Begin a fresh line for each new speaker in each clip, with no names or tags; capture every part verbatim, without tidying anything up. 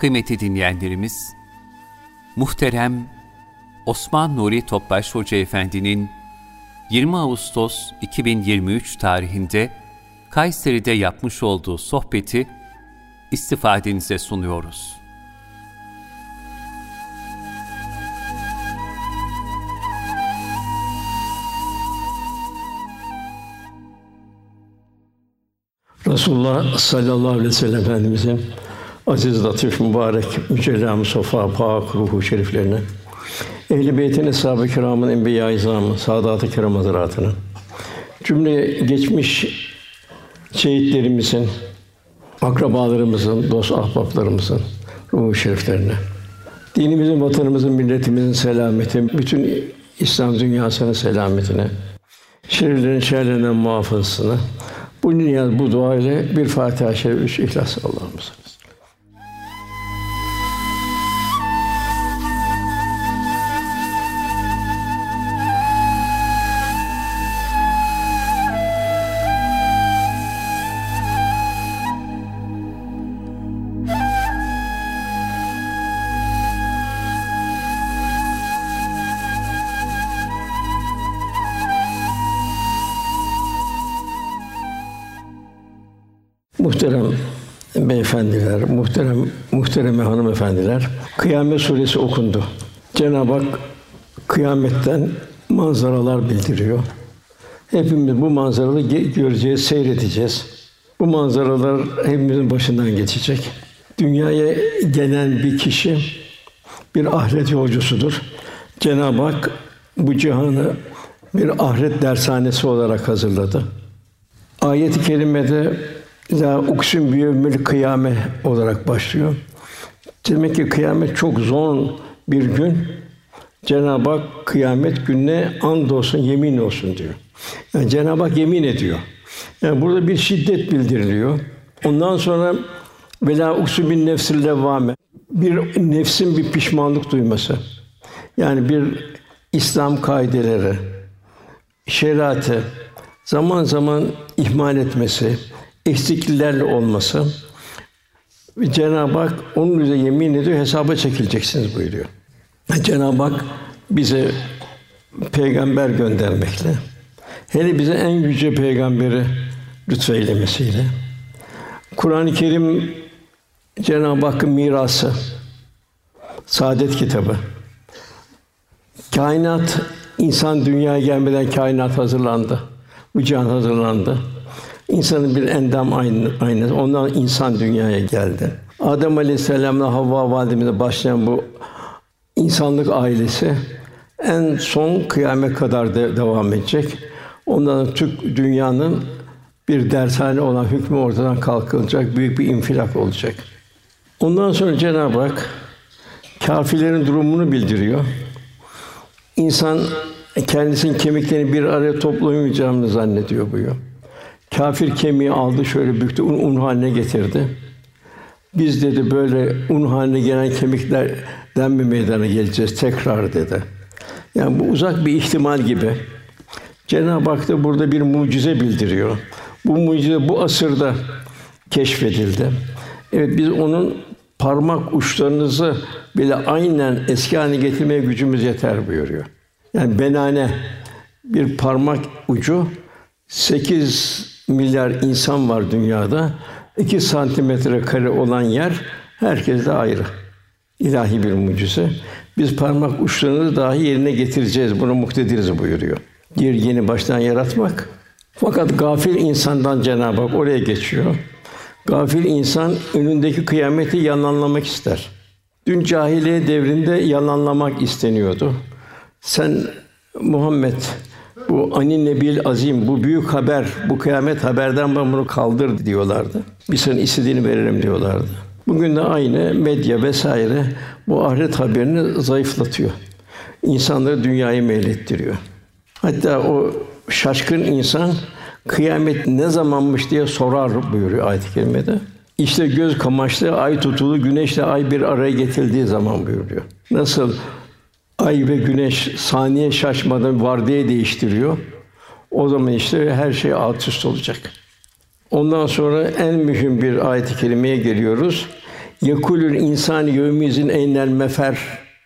Kıymetli dinleyenlerimiz, muhterem Osman Nuri Topbaş Hoca Efendi'nin yirmi Ağustos iki bin yirmi üç tarihinde Kayseri'de yapmış olduğu sohbeti istifadenize sunuyoruz.
Resulullah sallallahu aleyhi ve sellem Efendimizin aziz, latif, mübarek, mücerrah, musaffa, pak ruhu şeriflerine, ehl-i beytin, eshab-ı kirâmın, enbiya-i izâmın, saadat-ı kirâm hazretâtına, cümle geçmiş şehitlerimizin, akrabalarımızın, dost ahbaplarımızın ruhu şeriflerine, dinimizin, vatanımızın, milletimizin selameti, bütün İslam dünyasının selametine, şerlerin şerlerinden muhafazasına, bu niyaz, bu dua ile bir Fatiha-i Şerif, üç İhlas Allah'ımız. Muhterem beyefendiler, muhterem muhtereme hanımefendiler, Kıyamet Suresi okundu. Cenab-ı Hak kıyametten manzaralar bildiriyor. Hepimiz bu manzaraları göreceğiz, seyredeceğiz. Bu manzaralar hepimizin başından geçecek. Dünyaya gelen bir kişi bir ahiret yolcusudur. Cenab-ı Hak bu cihanı bir ahiret dershanesi olarak hazırladı. Ayet-i kerimede La uksim biyevmil kıyame olarak başlıyor. Demek ki kıyamet çok zor bir gün. Cenab-ı Hak kıyamet gününe andolsun, yemin olsun diyor. Yani Cenab-ı Hak yemin ediyor. Yani burada bir şiddet bildiriliyor. Ondan sonra vela uksim bin nefsil levvame, bir nefsin bir pişmanlık duyması. Yani bir İslam kaideleri, şeriatı zaman zaman ihmal etmesi, eksikliklerle olması ve Cenab-ı Hak onun üzerine yemin ediyor, hesaba çekileceksiniz buyuruyor. Cenab-ı Hak bize peygamber göndermekle, hele bize en yüce peygamberi lütfeylemesiyle, Kur'an-ı Kerim Cenab-ı Hakk'ın mirası, saadet kitabı. Kainat, insan dünyaya gelmeden kainat hazırlandı. Bu cihan hazırlandı. İnsanın bir endam aynası. Ondan insan dünyaya geldi. Adem Aleyhisselam'la Havva validemizle başlayan bu insanlık ailesi en son kıyamet kadar de devam edecek. Ondan sonra Türk dünyanın bir dershane olan hükmü ortadan kalkılacak, büyük bir infilak olacak. Ondan sonra Cenab-ı Hak kâfirlerin durumunu bildiriyor. İnsan kendisinin kemiklerini bir araya toplayamayacağını zannediyor buyuruyor. Kâfir kemiği aldı, şöyle büktü, un, un haline getirdi. Biz dedi böyle un haline gelen kemiklerden mi meydana geleceğiz tekrar dedi. Yani bu uzak bir ihtimal gibi. Cenab-ı Hak da burada bir mucize bildiriyor. Bu mucize bu asırda keşfedildi. Evet, biz onun parmak uçlarınızı bile aynen eski haline getirmeye gücümüz yeter buyuruyor. Yani benane bir parmak ucu, sekiz milyar insan var dünyada. iki santimetre kare olan yer herkeste ayrı. İlahi bir mucize. Biz parmak uçlarını dahi yerine getireceğiz. Buna muktediriz buyuruyor. Bir yeni baştan yaratmak. Fakat gafil insandan Cenab-ı Hak oraya geçiyor. Gafil insan önündeki kıyameti yalanlamak ister. Dün cahiliye devrinde yalanlamak isteniyordu. Sen Muhammed, bu Anin Nebil Azim, bu büyük haber, bu kıyamet haberden ben bunu kaldır diyorlardı. Biz senin istediğini verelim diyorlardı. Bugün de aynı medya vesaire bu ahiret haberini zayıflatıyor. İnsanları dünyaya meylettiriyor. Hatta o şaşkın insan kıyamet ne zamanmış diye sorar buyuruyor ayet-i kerimede. İşte göz kamaştı, ay tutulu, güneşle ay bir araya getirildiği zaman buyuruyor. Nasıl ay ve güneş saniye şaşmadan vardiya değiştiriyor. O zaman işte her şey alt üst olacak. Ondan sonra en mühim bir ayet-i kerimeye geliyoruz. Yekulül insan yevmizin eynel mefer.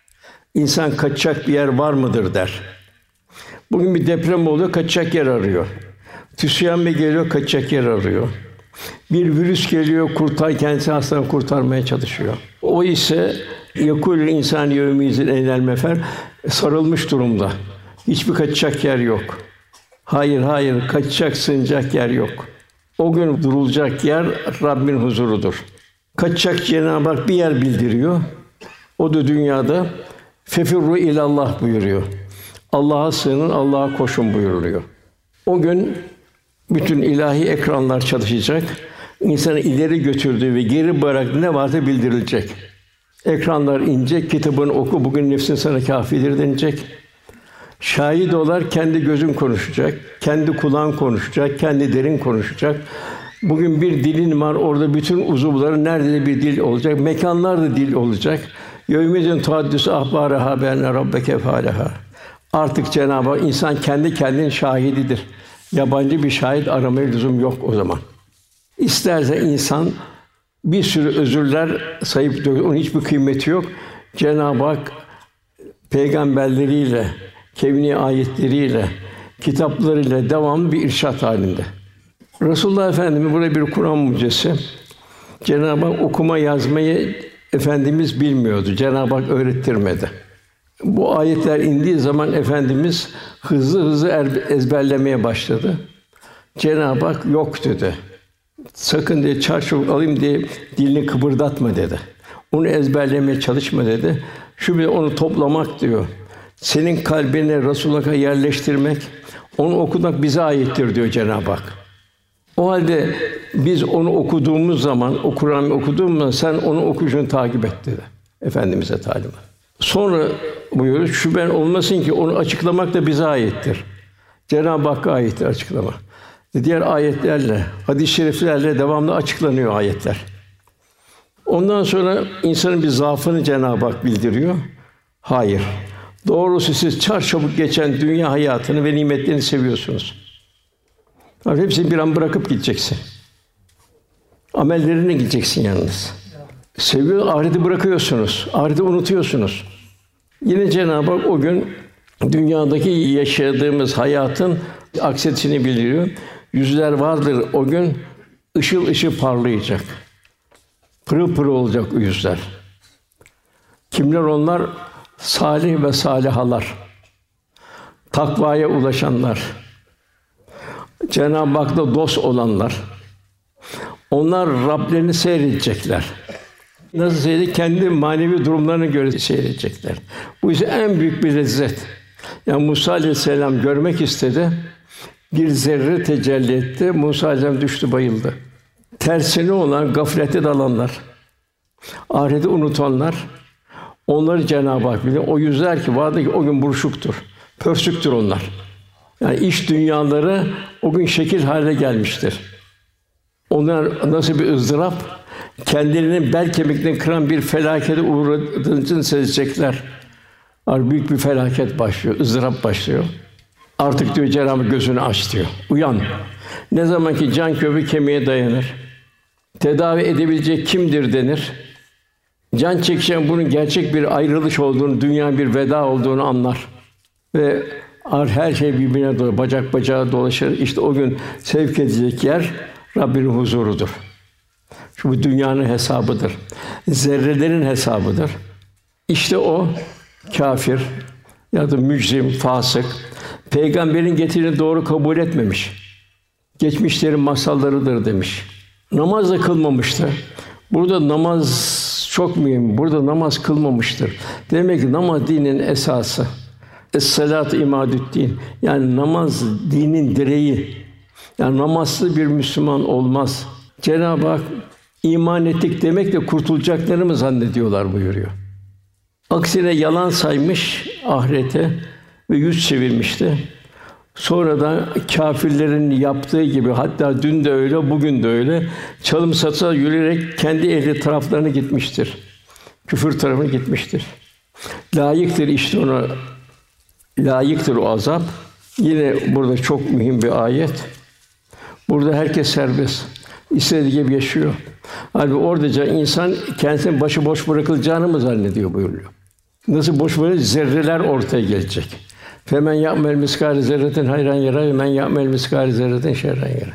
İnsan kaçacak bir yer var mıdır der. Bugün bir deprem oluyor, kaçacak yer arıyor. Tsunami geliyor, kaçacak yer arıyor. Bir virüs geliyor, kurtar kendisi hastadan kurtarmaya çalışıyor. O ise yekulül insan yevmizin eynel mefer, sarılmış durumda. Hiçbir kaçacak yer yok. Hayır, hayır, kaçacak, sığınacak yer yok. O gün durulacak yer Rabbin huzurudur. Kaçacak Cenab-ı Hak bir yer bildiriyor. O da dünyada fefirru ilallah buyuruyor. Allah'a sığının, Allah'a koşun buyuruluyor. O gün bütün ilahi ekranlar çalışacak. İnsanı ileri götürdüğü ve geri bıraktığı ne varsa bildirilecek. Ekranlar inecek, kitabını oku, bugün nefsin sana kâfidir denilecek. Şahit olar, kendi gözün konuşacak, kendi kulağın konuşacak, kendi derin konuşacak. Bugün bir dilin var, orada bütün uzuvların nerede bir dil olacak, mekanlar da dil olacak. Yevmizin tuhaddisü ahbâreha be'enne rabbeke fâleha. Artık Cenab-ı Hak insan kendi kendinin şahididir. Yabancı bir şahit aramaya lüzum yok o zaman. İsterse insan bir sürü özürler sayıp döküyor, onun hiçbir kıymeti yok. Cenab-ı Hak peygamberleriyle, kevni ayetleriyle, kitaplarıyla devamlı bir irşad halinde. Resulullah Efendimiz burada bir Kur'an mucizesi. Cenab-ı Hak okuma yazmayı Efendimiz bilmiyordu. Cenab-ı Hak öğrettirmedi. Bu ayetler indiği zaman Efendimiz hızlı hızlı ezberlemeye başladı. Cenab-ı Hak yok dedi. Sakın dedi çarçabuk alayım diye dilini kıpırdatma dedi. Onu ezberlemeye çalışma dedi. Şu bir onu toplamak diyor. Senin kalbine Resulullah'a yerleştirmek, onu okumak bize aittir diyor Cenab-ı Hak. O halde biz onu okuduğumuz zaman, o Kur'an'ı okuduğumuz zaman sen onu okuyuşunu takip et dedi. Efendimiz'e talim. Sonra buyuruyor, şüphen olmasın ki onu açıklamak da bize aittir. Cenab-ı Hakk'a aittir açıklama. Diğer ayetlerle, hadis-i şeriflerle devamlı açıklanıyor ayetler. Ondan sonra insanın bir zaafını Cenab-ı Hak bildiriyor. Hayır. Doğrusu siz çarçabuk geçen dünya hayatını ve nimetlerini seviyorsunuz. Tabii hepsini bir an bırakıp gideceksin. Amellerine gideceksin yalnız. Seviyor, ahireti bırakıyorsunuz. Ahireti unutuyorsunuz. Yine Cenab-ı Hak o gün dünyadaki yaşadığımız hayatın aksetini bildiriyor. Yüzler vardır o gün ışıl ışıl parlayacak. Pırıl pırıl olacak o yüzler. Kimler onlar? Salih ve salihalar. Takvaya ulaşanlar. Cenab-ı Hak'la dost olanlar. Onlar Rablerini seyredecekler. Nasıl seyredecek? Kendi manevi durumlarına göre seyredecekler. Bu ise en büyük bir lezzet. Yani Musa aleyhisselam görmek istedi. Bir zerre tecelli etti. Musa aleyhisselam düştü, bayıldı. Tersine olan gaflete dalanlar, ahireti unutanlar, onları Cenab-ı Hak bilir. O yüzler ki vardı ki o gün buruşuktur, pörsüktür onlar. Yani iş dünyaları o gün şekil haline gelmiştir. Onlar nasıl bir ızdırap, kendilerinin bel kemiklerini kıran bir felakete uğradığını sezecekler. Artık büyük bir felaket başlıyor, ızdırap başlıyor. Artık diyor Cenab-ı Hak gözünü aç diyor. Uyan. Ne zaman ki can köprü kemiğe dayanır, tedavi edebilecek kimdir denir. Can çekişen bunun gerçek bir ayrılış olduğunu, dünya bir veda olduğunu anlar. Ve her şey birbirine dolaşır, bacak bacağa dolaşır. İşte o gün sevk edecek yer Rabbinin huzurudur. Şu bu dünyanın hesabıdır. Zerrelerin hesabıdır. İşte o kâfir ya da mücrim, fasık, peygamberin getirdiğini doğru kabul etmemiş. Geçmişlerin masallarıdır demiş. Namaz da kılmamıştı. Burada namaz çok mühim. Burada namaz kılmamıştır. Demek ki namaz dinin esası. Es-salâtu imâdü'd-dîn. Yani namaz dinin direği. Yani namazsız bir Müslüman olmaz. Cenab-ı Hak iman ettik demekle kurtulacaklarını zannediyorlar buyuruyor. Aksine yalan saymış ahirete ve yüz çevirmişti. Sonra da kâfirlerin yaptığı gibi, hatta dün de öyle, bugün de öyle, çalım satsa yürüyerek kendi ehli taraflarına gitmiştir. Küfür tarafına gitmiştir. Layıktır işte ona, layıktır o azap. Yine burada çok mühim bir ayet. Burada herkes serbest. İstediği gibi yaşıyor. Halbuki oradaca insan kendisini başıboş bırakılacağını mı zannediyor buyuruyor. Nasıl boş böyle zerreler ortaya gelecek. Femen ya'mel miskâle zerretin hayran yara ve men ya'mel miskâle zerretin şerren yara.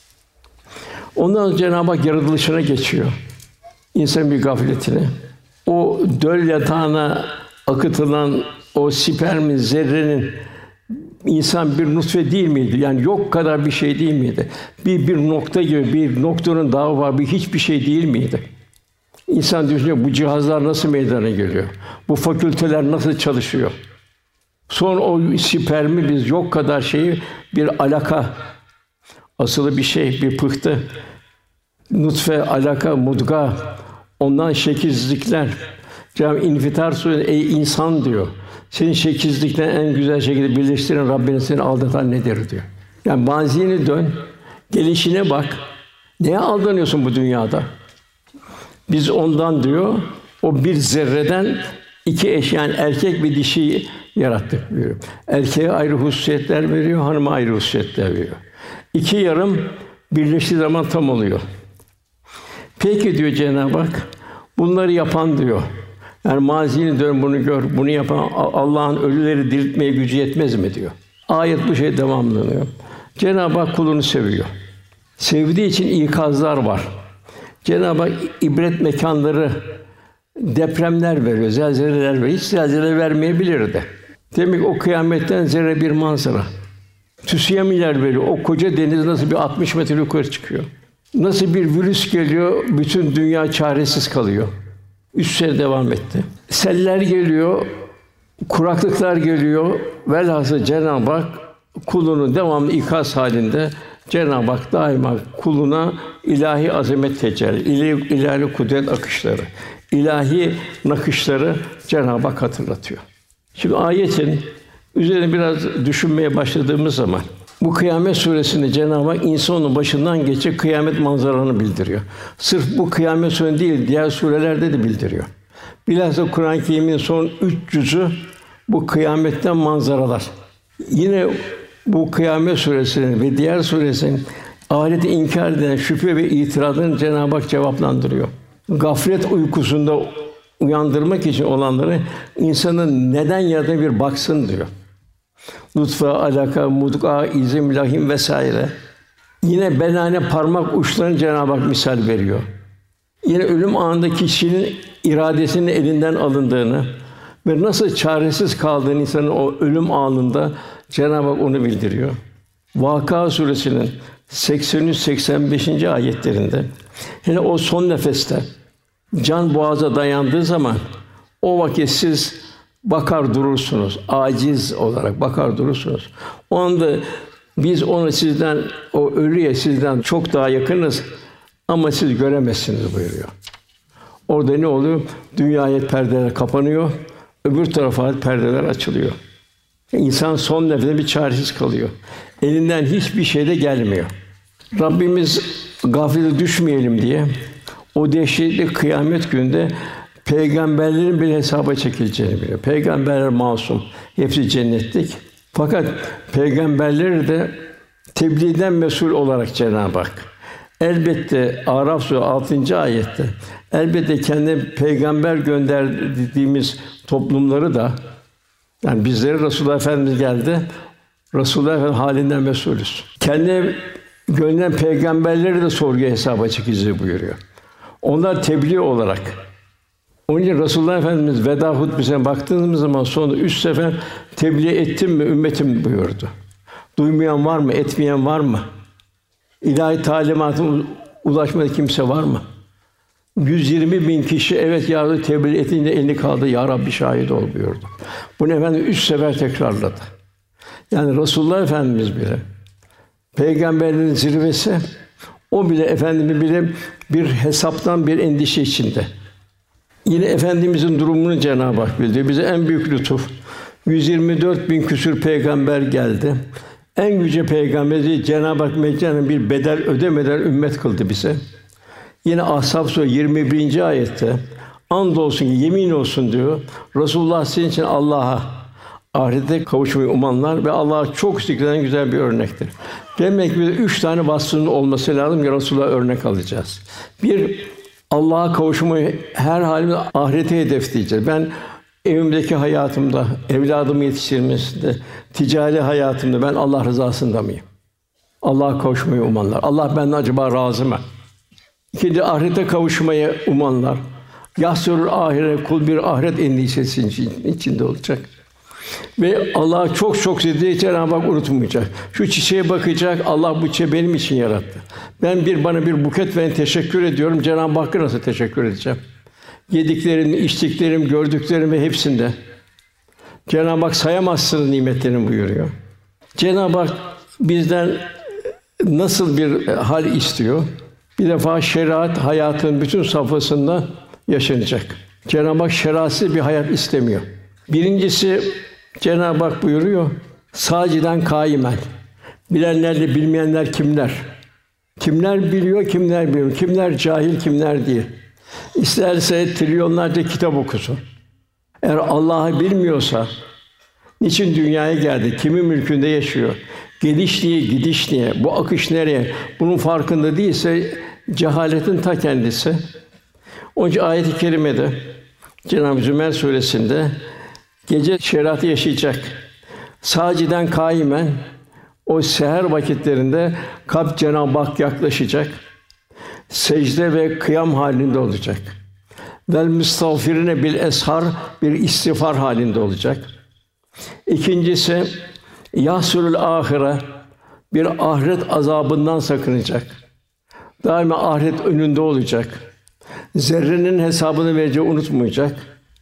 Ondan sonra Cenab-ı Hak yaratılışına geçiyor. İnsan bir gafletine. O döl yatağına akıtılan o spermin, zerrenin insan bir nutfe değil miydi? Yani yok kadar bir şey değil miydi? Bir bir nokta gibi, bir noktanın dağı var, bir hiçbir şey değil miydi? İnsan düşünüyor, bu cihazlar nasıl meydana geliyor? Bu fakülteler nasıl çalışıyor? Sonra o spermi biz yok kadar şeyi bir alaka, asılı bir şey, bir pıhtı, nutfe, alaka, mudga, ondan şekilsizlikler. Cenab-ı İnfitar Suresi ey insan diyor. Senin şekilsizlikten en güzel şekilde birleştiren Rabbini seni aldatan nedir diyor. Yani mazini dön, gelişine bak. Neye aldanıyorsun bu dünyada? Biz ondan diyor, o bir zerreden iki eş yani erkek ve dişi yarattık diyor. Erkeğe ayrı hususiyetler veriyor, hanıma ayrı hususiyetler veriyor. İki yarım birleştiği zaman tam oluyor. Peki diyor Cenab-ı Hak, bunları yapan diyor. Yani mazini dön bunu gör, bunu yapan Allah'ın ölüleri diriltmeye gücü yetmez mi diyor. Ayet bu şey devamlanıyor. Cenab-ı Hak kulunu seviyor. Sevdiği için ikazlar var. Cenab-ı Hak ibret mekanları, depremler veriyor, zelzeleler veriyor. Hiç zelzele vermeyebilirdi. Demek ki o kıyametten zerre bir manzara. Tsunami'ler veriyor. O koca deniz nasıl bir altmış metre yukarı çıkıyor. Nasıl bir virüs geliyor, bütün dünya çaresiz kalıyor. Üç sene devam etti. Seller geliyor, kuraklıklar geliyor. Velhâsıl Cenab-ı Hak kulunu devamlı ikaz halinde Cenab-ı Hak daima kuluna ilahi azamet tecelli, ilahi kudret akışları, ilahi nakışları Cenab-ı Hak hatırlatıyor. Şimdi ayetin üzerine biraz düşünmeye başladığımız zaman bu Kıyamet Sûresinde Cenab-ı Hak insanın başından geçecek kıyamet manzaralarını bildiriyor. Sırf bu Kıyamet Sûresi değil, diğer surelerde de bildiriyor. Bilhassa Kur'an-ı Kerim'in son üç cüzü bu kıyametten manzaralar. Yine bu Kıyamet Sûresinin ve diğer suresinin ahireti inkar eden şüphe ve itirazlarını Cenab-ı Hak cevaplandırıyor. Gaflet uykusunda uyandırmak için olanları insanın neden yaradığına bir baksın diyor. Nutfe, alaka, mudga, izim, lahim vesaire. Yine benane parmak uçlarını Cenab-ı Hak misal veriyor. Yine ölüm anında kişinin iradesinin elinden alındığını ve nasıl çaresiz kaldığını insanın o ölüm anında Cenab-ı Hak onu bildiriyor. Vakıa Sûresinin seksen üç seksen beşinci ayetlerinde hele o son nefeste can boğaza dayandığı zaman o vakit siz bakar durursunuz, aciz olarak bakar durursunuz. O anda biz onu sizden, o ölüye sizden çok daha yakınız ama siz göremezsiniz buyuruyor. Orada ne oluyor? Dünyaya perdeler kapanıyor, öbür tarafa perdeler açılıyor. İnsan son nefeste bir çaresiz kalıyor. Elinden hiçbir şey de gelmiyor. Rabbimiz gaflete düşmeyelim diye o dehşetli kıyamet gününde peygamberlerin bile hesaba çekileceğini biliyor. Peygamberler masum, hepsi cennetlik. Fakat peygamberleri de tebliğden mesul olarak Cenab-ı Hak. Elbette Araf Suresi altıncı ayette elbette kendi peygamber gönderdiğimiz toplumları da yani bizlere Resulullah Efendimiz geldi. Resulullah Efendimiz halinden mesulüz. Kendi gönderen peygamberleri de sorguya hesaba çekileceği buyuruyor. Onlar tebliğ olarak. Onun için Resulullah Efendimiz veda hutbesine baktığımız zaman sonra üç sefer tebliğ ettim mi ümmetim buyurdu. Duymayan var mı? Etmeyen var mı? İlahi talimatına ulaşmadı kimse var mı? yüz yirmi bin kişi evet ya Rabbi tebliğ etince elini kaldı. Ya Rabbi şahit ol buyurdu. Bunu Efendimiz üç sefer tekrarladı. Yani Resulullah Efendimiz bile peygamberlerin zirvesi o bile Efendimiz bile bir hesaptan bir endişe içinde. Yine Efendimizin durumunu Cenab-ı Hak bildiriyor. Bize en büyük lütuf. yüz yirmi dört bin küsur peygamber geldi. En yüce peygamberi Cenab-ı Hak meccanen bir bedel ödemeden ümmet kıldı bize. Yine Ahzab Suresi yirmi birinci ayette andolsun ki yemin olsun diyor. Resulullah sizin için Allah'a ahirete kavuşmayı umanlar ve Allah'a çok zikreden güzel bir örnektir. Demek ki üç tane vasfının olması lazım ki Resulullah'a örnek alacağız. Bir, Allah'a kavuşmayı her halimde ahirete hedefleyeceğiz. Ben evimdeki hayatımda, evladımı yetiştirmesinde, ticari hayatımda ben Allah rızasında mıyım? Allah'a kavuşmayı umanlar. Allah benden acaba razı mı? İkinci, ahirete kavuşmayı umanlar. Yahsurul ahiret, kul bir ahiret endişesi içinde olacak. Ve Allah'a çok çok zikredecek, Cenab-ı Hak unutmayacak. Şu çiçeğe bakacak, Allah bu çiçeği benim için yarattı. Ben bir bana bir buket veren teşekkür ediyorum. Cenab-ı Hakk'a nasıl teşekkür edeceğim? Yediklerim, içtiklerim, gördüklerim ve hepsinde. Cenab-ı Hak sayamazsınız nimetlerini buyuruyor. Cenab-ı Hak bizden nasıl bir hal istiyor? Bir defa şeriat hayatın bütün safhasında yaşanacak. Cenab-ı Hak şeriatsız bir hayat istemiyor. Birincisi Cenab-ı Hak buyuruyor, sâciden kâimen. Bilenlerle bilmeyenler kimler? Kimler biliyor, kimler bilmiyor? Kimler cahil, kimler değil? İsterse trilyonlarca kitap okusun. Eğer Allah'ı bilmiyorsa, niçin dünyaya geldi? Kimin mülkünde yaşıyor? Geliş niye, gidiş niye? Bu akış nereye? Bunun farkında değilse cehaletin ta kendisi. Onun için ayet-i kerimede Cenab-ı Zümer suresinde gece şeriatı yaşayacak. Sâciden kâimen, o seher vakitlerinde kalp Cenab-ı Hak yaklaşacak. Secde ve kıyam halinde olacak. Vel müstağfirine bil eshar, bir istiğfar halinde olacak. İkincisi yahsurul ahire, bir ahiret azabından sakınacak. Daima ahiret önünde olacak. Zerrenin hesabını vereceği unutmayacak.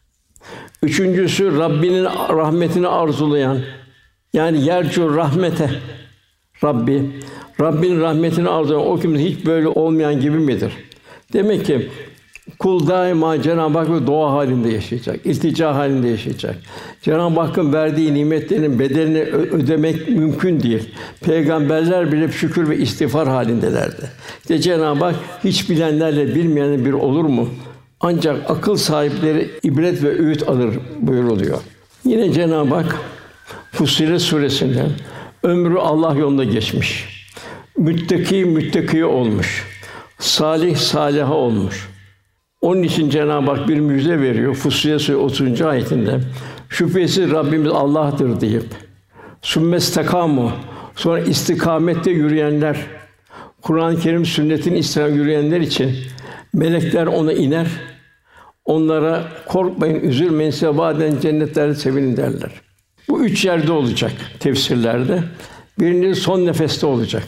Üçüncüsü Rabbinin rahmetini arzulayan, yani yercu rahmete Rabbi, Rabbinin rahmetini arzulayan o kimse hiç böyle olmayan gibi midir? Demek ki kul daima Cenab-ı Hakk'ın dua halinde yaşayacak, iltica halinde yaşayacak. Cenab-ı Hakk'ın verdiği nimetlerin bedelini ödemek mümkün değil. Peygamberler bile şükür ve istiğfar halindelerdi. İşte Cenab-ı Hak hiç bilenlerle bilmeyenler bir olur mu? Ancak akıl sahipleri ibret ve öğüt alır buyuruluyor. Yine Cenab-ı Hak Fussilet suresinde ömrü Allah yolunda geçmiş. Müttaki müttaki olmuş. Salih saliha olmuş. Onun için Cenab-ı Hak bir müjde veriyor. Fussilet suresi otuzuncu ayetinde şüphesiz Rabbimiz Allah'tır deyip sümmestekamu, sonra istikamette yürüyenler, Kur'an-ı Kerim sünnetin istikamet yürüyenler için melekler ona iner. Onlara korkmayın, üzülmeyin, size vaat edilen cennetlerde sevinin derler. Bu üç yerde olacak tefsirlerde. Birincisi son nefeste olacak.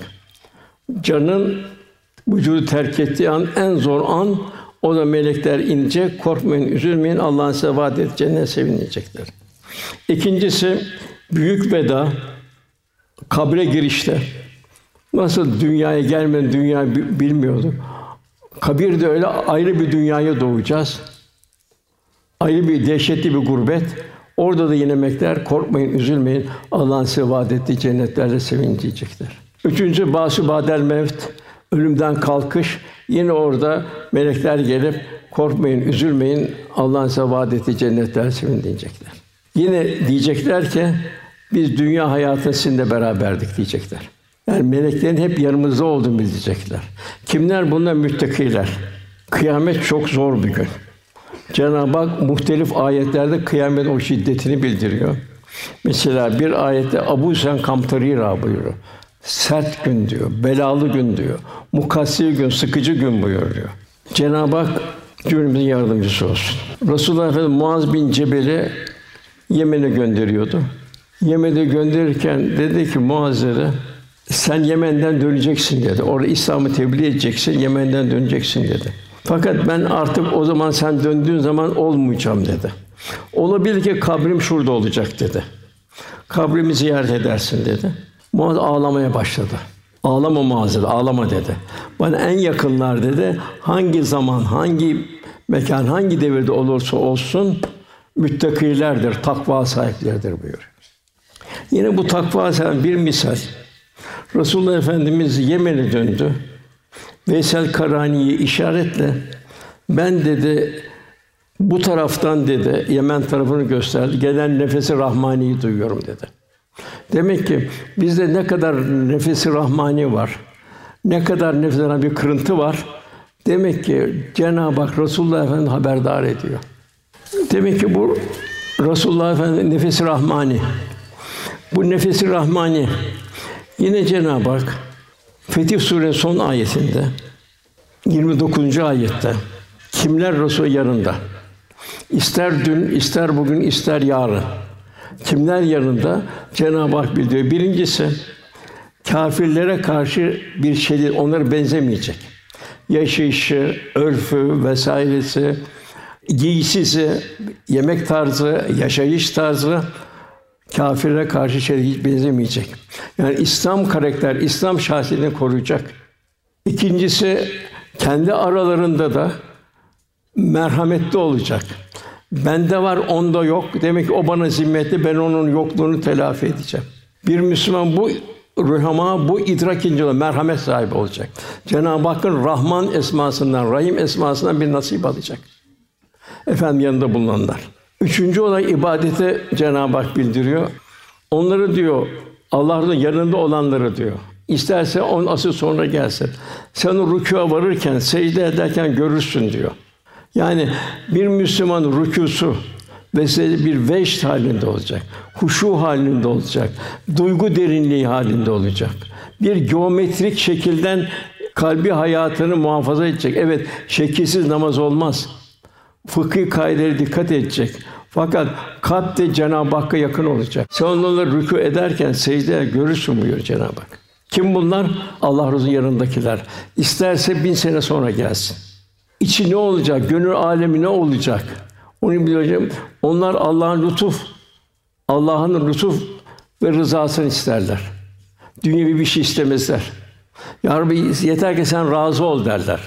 Canın vücudu terk ettiği an, en zor an, o da melekler inecek. Korkmayın, üzülmeyin, Allah'ın size vaat ettiği cennet sevinecekler. İkincisi büyük veda, kabre girişte. Nasıl dünyaya gelmeden dünyayı bilmiyorduk. Kabirde öyle ayrı bir dünyaya doğacağız. Ayrı bir dehşetli bir gurbet. Orada da yine melekler korkmayın, üzülmeyin. Allah'ın size vaat ettiği cennetlerle sevinecekler. Üçüncü bâsü ba'del mevt, ölümden kalkış. Yine orada melekler gelip korkmayın, üzülmeyin. Allah'ın size vaat ettiği cennetlerle sevinecekler. Yine diyecekler ki biz dünya hayatında sizinle beraberdik diyecekler. Yani meleklerin hep yanımızda olduğunu bilecekler. Kimler bunlar? Müttakiler. Kıyamet çok zor bir gün. Cenab-ı Hak muhtelif ayetlerde kıyametin o şiddetini bildiriyor. Mesela bir ayette Abu Sen Kamtarîra buyuruyor. Sert gün diyor, belalı gün diyor, mukassir gün, sıkıcı gün buyuruyor. Cenab-ı Hak cümlemizin yardımcısı olsun. Resulullah Efendimiz Muaz bin Cebel'i Yemen'e gönderiyordu. Yemen'e gönderirken dedi ki Muaz'lara sen Yemen'den döneceksin dedi. Orada İslam'ı tebliğ edeceksin, Yemen'den döneceksin dedi. Fakat ben artık o zaman sen döndüğün zaman olmayacağım dedi. Olabilir ki kabrim şurada olacak dedi. Kabrimi ziyaret edersin dedi. Muaz ağlamaya başladı. Ağlama Muaz dedi, ağlama dedi. Bana en yakınlar dedi, hangi zaman, hangi mekan, hangi devirde olursa olsun müttakilerdir, takva sahipleridir buyuruyor. Yine bu takva sahibi bir misal. Resulullah Efendimiz Yemen'e döndü. Veysel Karani'ye işaretle ben dedi Bu taraftan dedi, Yemen tarafını gösterdi. Gelen nefesi rahmaniyi duyuyorum dedi. Demek ki bizde ne kadar nefesi rahmani var, ne kadar nefsine bir kırıntı var. Demek ki Cenab-ı Hak Resulullah Efendimiz haberdar ediyor. Demek ki bu Resulullah Efendimiz nefesi rahmani. Bu nefesi rahmani yine Cenab-ı Hak Fetih Sûresinin son ayetinde yirmi dokuzuncu ayette kimler Resul yanında? İster dün, ister bugün, ister yarın. Kimler yanında? Cenab-ı Hak bildiriyor. Birincisi kâfirlere karşı bir şey, onlara benzemeyecek. Yaşayışı, örfü vesairesi, giysisi, yemek tarzı, yaşayış tarzı kâfirlere karşı şey hiç benzemeyecek. Yani İslam karakter, İslam şahsiyetini koruyacak. İkincisi kendi aralarında da merhametli olacak. Bende var, onda yok. Demek ki o bana zimmetli, ben onun yokluğunu telafi edeceğim. Bir Müslüman bu ruhama, bu idrak ince merhamet sahibi olacak. Cenab-ı Hakk'ın Rahman esmasından, Rahim esmasından bir nasip alacak. Efendim yanında bulunanlar. Üçüncü olay ibadete Cenab-ı Hak bildiriyor. Onları diyor, Allah'ın yanında olanları diyor. İsterse on asır sonra gelsin. Sen o rükûa varırken, secde ederken görürsün diyor. Yani bir Müslüman rükûsu ve secde bir vecd halinde olacak, huşu halinde olacak, duygu derinliği halinde olacak. Bir geometrik şekilden kalbi hayatını muhafaza edecek. Evet, şekilsiz namaz olmaz. Fıkhi kaidelere dikkat edecek. Fakat kalp de Cenab-ı Hakk'a yakın olacak. Sen onlarla rükû ederken secde görürsün buyuruyor Cenab-ı Hak. Kim bunlar? Allah Resulü'nün yanındakiler. İsterse bin sene sonra gelsin. İçi ne olacak? Gönül alemi ne olacak? Onu bileceğim. Onlar Allah'ın lütuf, Allah'ın lütuf ve rızasını isterler. Dünyevi bir şey istemezler. Ya Rabbi yeter ki sen razı ol derler.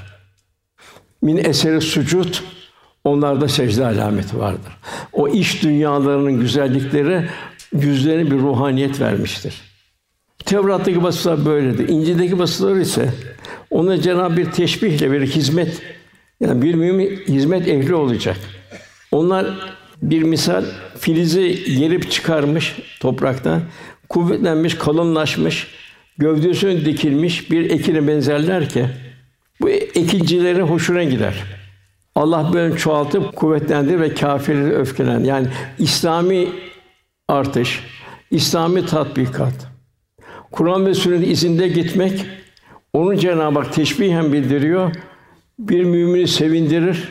Min eseri sucud, onlarda secde alameti vardır. O iç dünyalarının güzellikleri yüzlerine bir ruhaniyet vermiştir. Tevrat'taki vasıflar böyledir. İncil'deki vasıflar ise ona Cenab-ı bir teşbihle bir hizmet, yani bir mümin hizmet ehli olacak. Onlar bir misal filizi yerip çıkarmış topraktan, kuvvetlenmiş, kalınlaşmış, gövdesine dikilmiş bir ekine benzerler ki bu ekincilerin hoşuna gider. Allah böyle çoğaltıp kuvvetlendirir ve kâfirleri öfkelendirir. Yani İslami artış, İslami tatbikat, Kur'an ve sünnet izinde gitmek, onu Cenab-ı Hak teşbihen bildiriyor. Bir mümini sevindirir,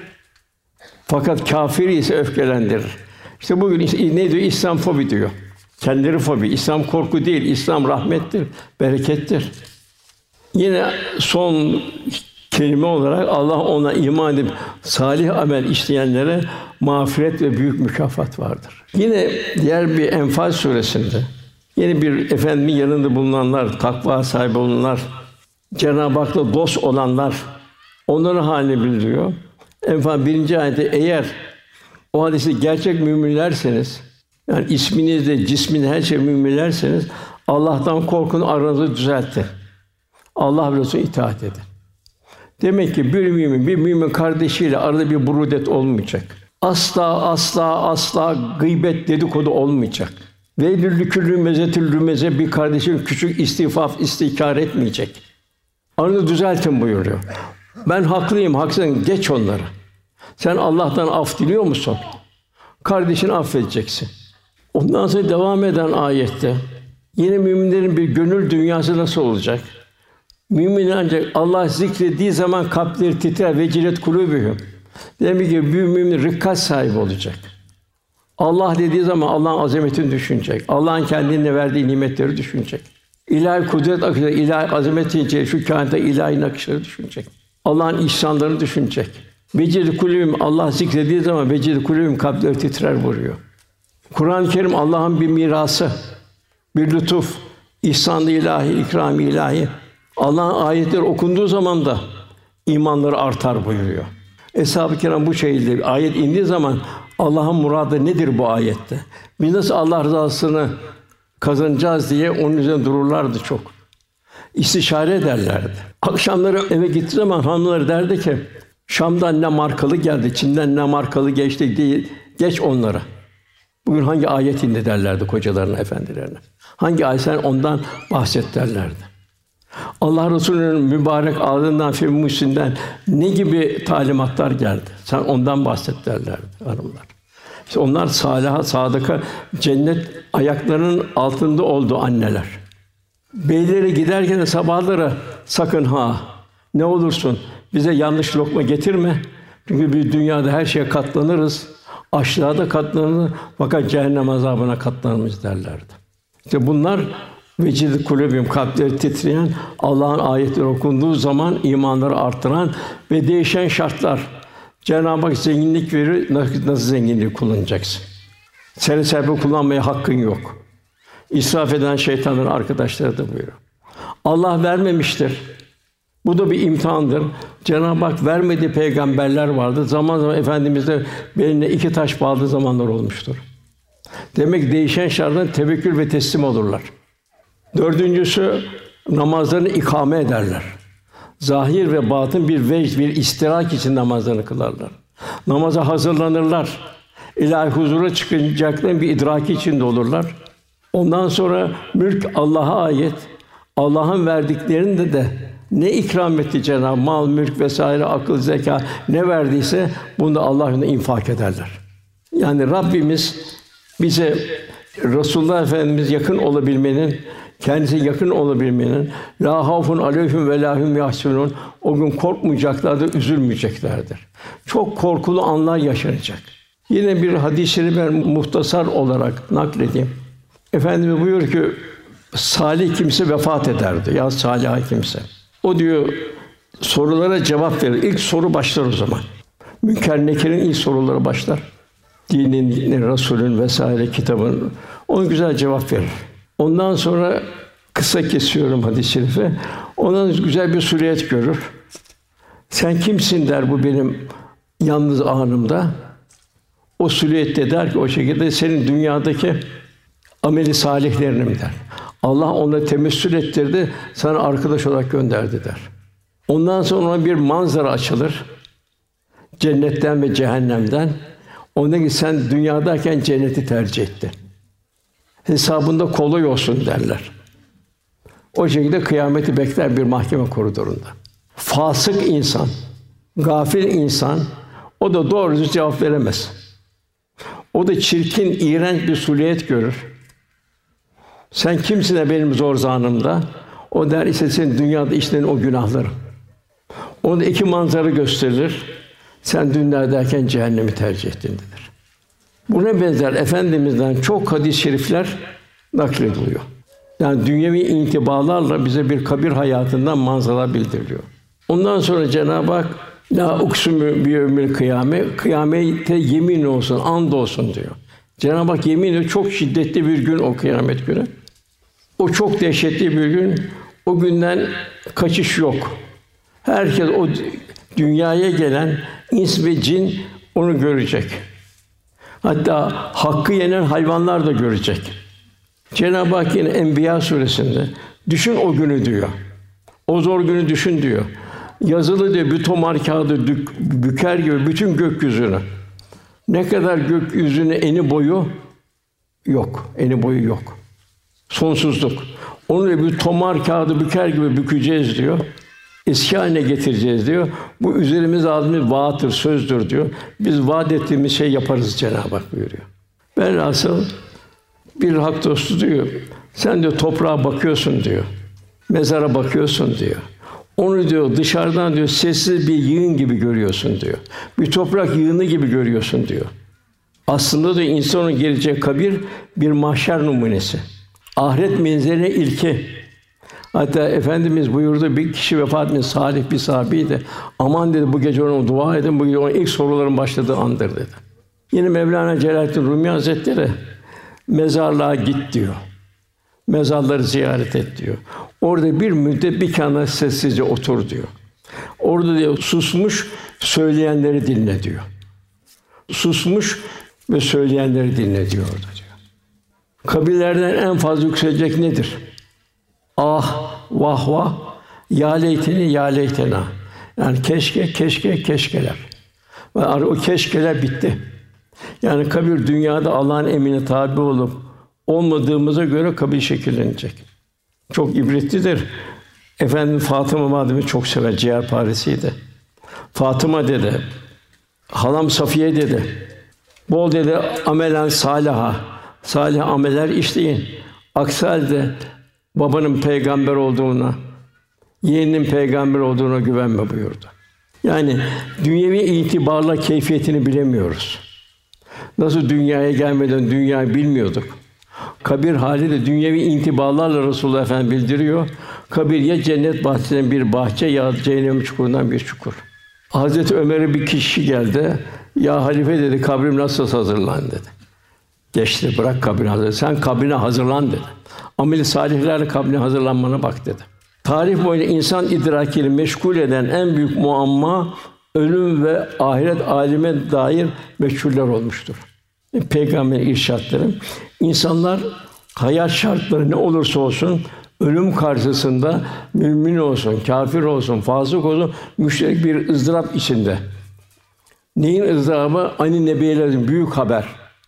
fakat kâfiri ise öfkelendirir. İşte bugün ne diyor? İslam fobi diyor. Kendileri fobi. İslam korku değil, İslam rahmettir, berekettir. Yine son kelime olarak Allah ona iman edip salih amel işleyenlere mağfiret ve büyük mükafat vardır. Yine diğer bir Enfal suresinde yine bir efendimin yanında bulunanlar, takva sahibi olanlar, Cenab-ı Hak'la dost olanlar, onların halini bildiriyor. Enfal birinci ayette eğer o hadisi gerçek müminlerseniz, yani isminizle, cismin her şey müminlerseniz Allah'tan korkun, aranızı düzeltin. Allah ve Resulüne itaat edin. Demek ki bir mümin, bir mümin kardeşiyle arada bir burudet olmayacak. Asla, asla, asla gıybet, dedikodu olmayacak. Veylül liküllü mezetül lümeze, bir kardeşin küçük istifaf, istihkar etmeyecek. Aranızı düzeltin buyuruyor. Ben haklıyım, haksızım, geç onları. Sen Allah'tan af diliyor musun? Kardeşini affedeceksin. Ondan sonra devam eden ayette yine müminlerin bir gönül dünyası nasıl olacak? Mümin ancak Allah zikrettiği zaman kalpleri titrer, vecilet kulûbühüm. Demek ki bir mümin rikkat sahibi olacak. Allah dediği zaman Allah'ın azametini düşünecek. Allah'ın kendine verdiği nimetleri düşünecek. İlahi kudret akışları, ilahi azameti, şu kainatta ilahi nakışları düşünecek. Allah'ın ihsanlarını düşünecek. Vecilet kulûbühüm, Allah zikrediği zaman vecilet kulûbühüm, kalpleri titrer vuruyor. Kur'an-ı Kerim Allah'ın bir mirası, bir lütuf, ihsan-ı ilahi, ikram-ı ilahi. Allah'ın ayetleri okunduğu zaman da imanları artar buyuruyor. Eshab-ı Kiram bu şekilde ayet indiği zaman Allah'ın muradı nedir bu ayette? Biz nasıl Allah rızasını kazanacağız diye onun üzerine dururlardı çok. İstişare ederlerdi. Akşamları eve gittiği zaman hanımları derdi ki, Şam'dan ne markalı geldi, Çin'den ne markalı geçti diye geç onlara. Bugün hangi ayet indi derlerdi kocalarına, efendilerine. Hangi ayet sen ondan bahset derlerdi. Allah Resulü'nün mübarek ağzından, Müslim'den ne gibi talimatlar geldi? Sen ondan bahset derlerdi hanımlar. İşte onlar sâliha, sadıka, cennet ayaklarının altında oldu anneler. Beyleri giderken de sabahları sakın ha, ne olursun bize yanlış lokma getirme. Çünkü biz dünyada her şeye katlanırız. Açlığa da katlanırız fakat cehennem azabına katlanırız derlerdi. İşte bunlar vecid-i kulûbihim, kalpleri titreyen, Allah'ın ayetleri okunduğu zaman imanları artıran ve değişen şartlar. Cenab-ı Hak zenginlik verir, nasıl zenginliği kullanacaksın? Seni sebebi kullanmaya hakkın yok. İsraf eden şeytanların arkadaşları da buyuruyor. Allah vermemiştir. Bu da bir imtihandır. Cenab-ı Hak vermediği peygamberler vardı. Zaman zaman Efendimiz de beline iki taş bağladığı zamanlar olmuştur. Demek ki değişen şartlardan tevekkül ve teslim olurlar. Dördüncüsü, namazlarını ikame ederler. Zahir ve batın bir vecd, bir istirak için namazlarını kılarlar. Namaza hazırlanırlar. İlahi huzura çıkacakların bir idraki içinde olurlar. Ondan sonra mülk Allah'a ait. Allah'ın verdiklerinde de ne ikram etti Cenab-ı mal, mülk vesaire, akıl, zeka ne verdiyse bunu da Allah yolunda infak ederler. Yani Rabbimiz bize Resulullah Efendimiz yakın olabilmenin, kendisine yakın olabilmenin, la havfun aleyhim ve la hum yahzunun, o gün korkmayacaklardır, üzülmeyeceklerdir. Çok korkulu anlar yaşanacak. Yine bir hadis-i şerif ben muhtasar olarak nakledeyim. Efendimiz buyuruyor ki salih kimse vefat ederdi. Ya salih kimse. O diyor sorulara cevap verir. İlk soru başlar o zaman. Münker Nekir'in ilk soruları başlar. Dinin, Resulün vesaire kitabın. Ona güzel cevap verir. Ondan sonra kısa kesiyorum hadis-i şerifi. Ondan güzel bir suriyet görür. Sen kimsin der bu benim yalnız anımda. O suriyette der ki o şekilde senin dünyadaki ameli salihlerinim der. Allah ona temessül ettirdi, sana arkadaş olarak gönderdi der. Ondan sonra ona bir manzara açılır. Cennetten ve cehennemden. Ona ki sen dünyadayken cenneti tercih ettin. Hesabında kolay olsun derler. O şekilde kıyameti bekler bir mahkeme koridorunda. Fasık insan, gafil insan, o da doğru cevap veremez. O da çirkin, iğrenç bir suliyet görür. Sen kimsin de benim zor zamanımda? O der ise senin dünyada işlerin o günahların. Ona iki manzara gösterilir. Sen dünyadayken cehennemi tercih ettin denir. Buna benzer Efendimiz'den çok hadis-i şerifler naklediliyor. Yani dünyevi intibalarla bize bir kabir hayatından manzara bildiriliyor. Ondan sonra Cenab-ı Hak la uksumü bi yevmil kıyame, kıyamete yemin olsun, and olsun diyor. Cenab-ı Hak yemin ediyor, çok şiddetli bir gün o kıyamet günü. O çok dehşetli bir gün. O günden kaçış yok. Herkes o dünyaya gelen ins ve cin onu görecek. Hatta hakkı yenen hayvanlar da görecek. Cenab-ı Hak yine Enbiya suresinde düşün o günü diyor. O zor günü düşün diyor. Yazılı diyor bir tomar kağıdı dük, büker gibi bütün gökyüzünü. Ne kadar gökyüzünün eni boyu yok. Eni boyu yok. Sonsuzluk. Onu da bir tomar kağıdı büker gibi bükeceğiz diyor. Eski haline getireceğiz diyor. Bu üzerimize aldığımız vaattır, sözdür diyor. Biz vaat ettiğimiz şey yaparız Cenab-ı Hak buyuruyor. Velhasıl bir hak dostu diyor. Sen diyor toprağa bakıyorsun diyor. Mezara bakıyorsun diyor. Onu diyor dışarıdan diyor sessiz bir yığın gibi görüyorsun diyor. Bir toprak yığını gibi görüyorsun diyor. Aslında diyor insanın geleceği kabir bir mahşer numunesi. Ahiret menziline ilki. Hatta Efendimiz buyurdu bir kişi vefat etmiş salih bir sahabeydi. Aman dedi bu gece ona dua edin. Bu gece onun ilk soruların başladığı andır dedi. Yine Mevlana Celaleddin Rumi Hazretleri mezarlığa git diyor. Mezarları ziyaret et diyor. Orada bir müddet bir kenara sessizce otur diyor. Orada diyor susmuş söyleyenleri dinle diyor. Susmuş ve söyleyenleri dinle diyor orada diyor. Kabirlerden en fazla yükselecek nedir? Ah, vah vah, ya leyteni, ya leytena. Yani keşke, keşke, keşkeler. Ve o keşkeler bitti. Yani kabir dünyada Allah'ın emrine tabi olup olmadığımıza göre kabir şekillenecek. Çok ibretlidir. Efendimiz Fatıma Validemiz çok sever, ciğerparesiydi. Fatıma dedi, halam Safiye dedi, bol dedi amelen saliha, salih ameller işleyin. Aksi halde babanın peygamber olduğuna, yeğeninin peygamber olduğuna güvenme buyurdu. Yani dünyevi itibarla keyfiyetini bilemiyoruz. Nasıl dünyaya gelmeden dünyayı bilmiyorduk. Kabir hali de dünyevi intibalarla Resulullah Efendimiz bildiriyor. Kabir ya cennet bahçesinden bir bahçe ya cehennem çukurundan bir çukur. Hazreti Ömer'e bir kişi geldi. Ya halife dedi, kabrim nasıl hazırlan dedi. Geçti, bırak kabrini hazır. Sen kabrine hazırlan dedi. Amel-i salihlerle kabrine hazırlanmana bak dedi. Tarih boyunca insan idrakini meşgul eden en büyük muamma ölüm ve ahiret alime dair meçhuller olmuştur. Peygamberin irşadları, insanlar hayat şartları ne olursa olsun ölüm karşısında mümin olsun, kâfir olsun, fasık olsun müşterek bir ızdırap içinde. Neyin ızdırabı? Ani nebiyelerin büyük haber.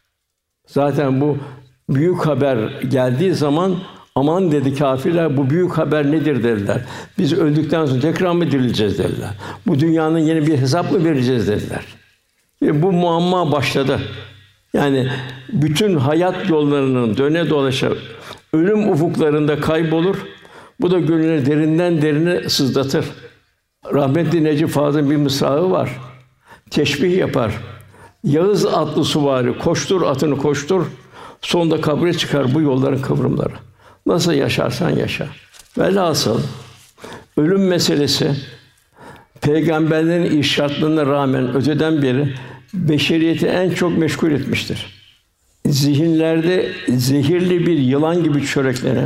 Zaten bu büyük haber geldiği zaman aman dedi kâfirler, bu büyük haber nedir dediler. Biz öldükten sonra tekrar mı dirileceğiz dediler. Bu dünyanın yeni bir hesap mı vereceğiz dediler. Ve bu muamma başladı. Yani bütün hayat yollarının döne dolaşa ölüm ufuklarında kaybolur. Bu da gönülleri derinden derine sızlatır. Rahmetli Necip Fazıl'ın bir mısrağı var. Teşbih yapar. Yağız atlı suvari, koştur atını koştur. Sonunda kabre çıkar bu yolların kıvrımları. Nasıl yaşarsan yaşa. Velhasıl ölüm meselesi peygamberlerin irşadlarına rağmen öteden beri beşeriyeti en çok meşgul etmiştir. Zihinlerde zehirli bir yılan gibi çöreklenen,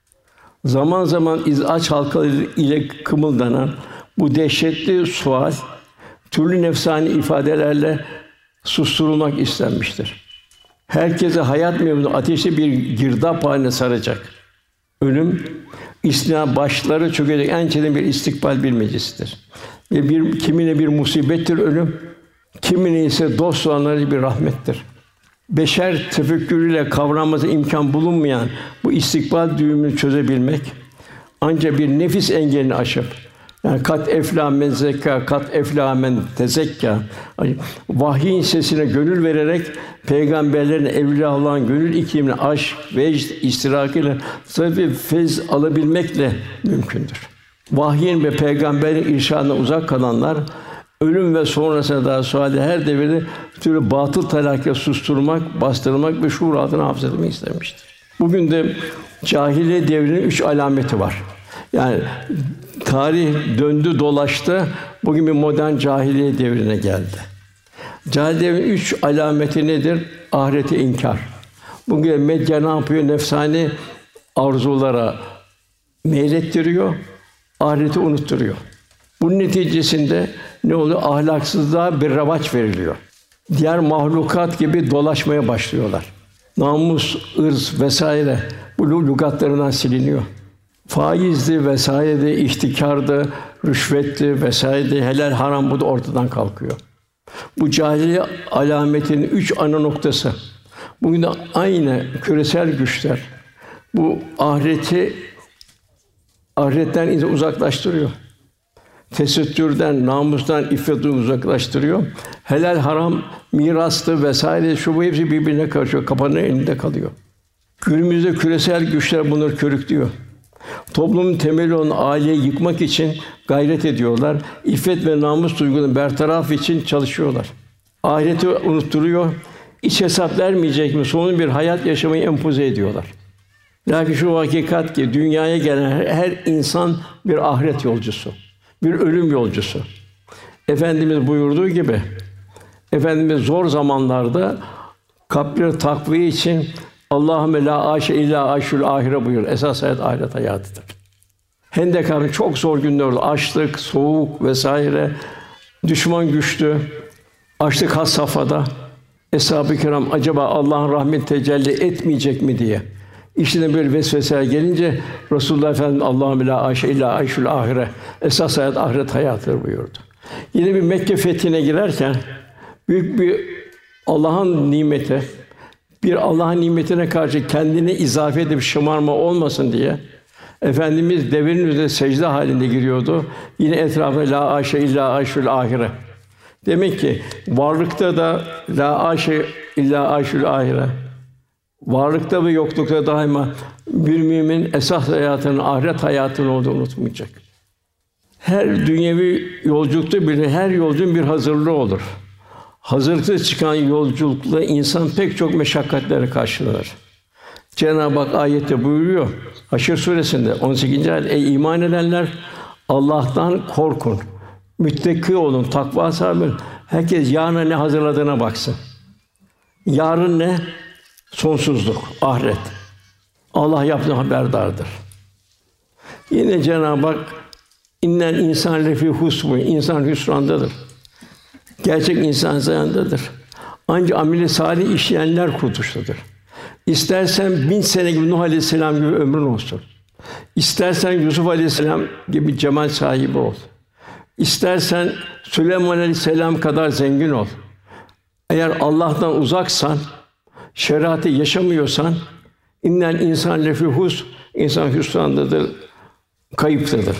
zaman zaman izâç halkaları ile kımıldanan bu dehşetli sual, türlü nefsani ifadelerle susturulmak istenmiştir. Herkese hayat mevzu ateşli bir girdap haline saracak. Ölüm, istina başları çökecek en çetin bir istikbal bilmecesidir. Ve bir kimine bir musibettir ölüm, kimine ise dost olanlara bir rahmettir. Beşer tefekkürüyle kavranması imkan bulunmayan bu istikbal düğümünü çözebilmek ancak bir nefis engelini aşıp, yani kat eflâ men zekkâ, kat eflâ men tezekkâ, vahyin sesine gönül vererek peygamberlerin, evliyaullah'ın gönül iklimine aşk, vecd, iştirakıyla tabii feyz alabilmekle mümkündür. Vahyin ve peygamberin irşadına uzak kalanlar ölüm ve sonrasına daha sualde her devirde türlü batıl telakki susturmak, bastırmak ve şuur altına hapsetmek istemiştir. Bugün de cahiliye devrinin üç alameti var. Yani tarih döndü dolaştı, bugün bir modern cahiliye devrine geldi. Cahiliye devrinin üç alameti nedir? Ahireti inkar. Bugün medya ne yapıyor? Nefsani arzulara meylettiriyor, ahireti unutturuyor. Bunun neticesinde ne oluyor? Ahlaksızlığa bir revaç veriliyor. Diğer mahlukat gibi dolaşmaya başlıyorlar. Namus, ırz vesaire bu lügatlarından siliniyor. Faizdi vesaireydi, ihtikardı, rüşvetti vesaireydi, helal haram bu da ortadan kalkıyor. Bu cahiliye alametinin üç ana noktası. Bugün de aynı küresel güçler bu ahireti ahiretten insanı uzaklaştırıyor. Tesettürden, namustan, iffetten uzaklaştırıyor. Helal haram, mirastı vesaire şu bu hepsi birbirine karışıyor. Kapanın elinde kalıyor. Günümüzde küresel güçler bunları körüklüyor. Toplumun temeli olan aileyi yıkmak için gayret ediyorlar. İffet ve namus duygularını bertaraf için çalışıyorlar. Ahireti unutturuyor. İç hesap vermeyecek mi? Sonun bir hayat yaşamayı empoze ediyorlar. Lakin şu hakikat ki dünyaya gelen her insan bir ahiret yolcusu, bir ölüm yolcusu. Efendimiz buyurduğu gibi, Efendimiz zor zamanlarda kalpleri takviye için Allahümme la aşe illa aşul ahire buyur. Esas hayat ahiret hayatıdır. Hendek Harbi çok zor günler oldu. Açlık, soğuk vesaire. Düşman güçlü. Açlık has safhada. Eshab-ı kiram acaba Allah'ın rahmeti tecelli etmeyecek mi diye İçine böyle vesveseler gelince Resulullah Efendimiz Allahümme la ayşe illa ayşul ahire. Esas hayat ahiret hayatıdır buyurdu. Yine bir Mekke fethine girerken büyük bir Allah'ın nimeti, bir Allah'ın nimetine karşı kendini izafe edip şımarma olmasın diye Efendimiz devenin üzerine secde halinde giriyordu. Yine etrafına la ayşe illa ayşul ahire. Demek ki varlıkta da la ayşe illa ayşul ahire. Varlıkta ve yoklukta daima bir mümin esas hayatının ahiret hayatının olduğunu unutmayacak. Her dünyevi yolculukta bile her yolcunun bir hazırlığı olur. Hazırlıksız çıkan yolculukla insan pek çok meşakkatlere karşılanır. Cenab-ı Hak ayette buyuruyor. Haşr suresinde on sekizinci ayet: Ey iman edenler, Allah'tan korkun. Müttaki olun, takva sahibi olun. Herkes yarına ne hazırladığına baksın. Yarın ne? Sonsuzluk, ahiret. Allah yaptığından haberdardır. Yine Cenab-ı Hak İnnel insan lefî husr, insan hüsrandadır. Gerçek insan ziyandadır. Ancak ameli salih işleyenler kurtuluştadır. İstersen bin sene gibi Nuh Aleyhisselam gibi ömrün olsun. İstersen Yusuf Aleyhisselam gibi cemal sahibi ol. İstersen Süleyman Aleyhisselam kadar zengin ol. Eğer Allah'tan uzaksan, şeriatı yaşamıyorsan, innel insan lefî husr, insan hüsrandadır, kayıptadır.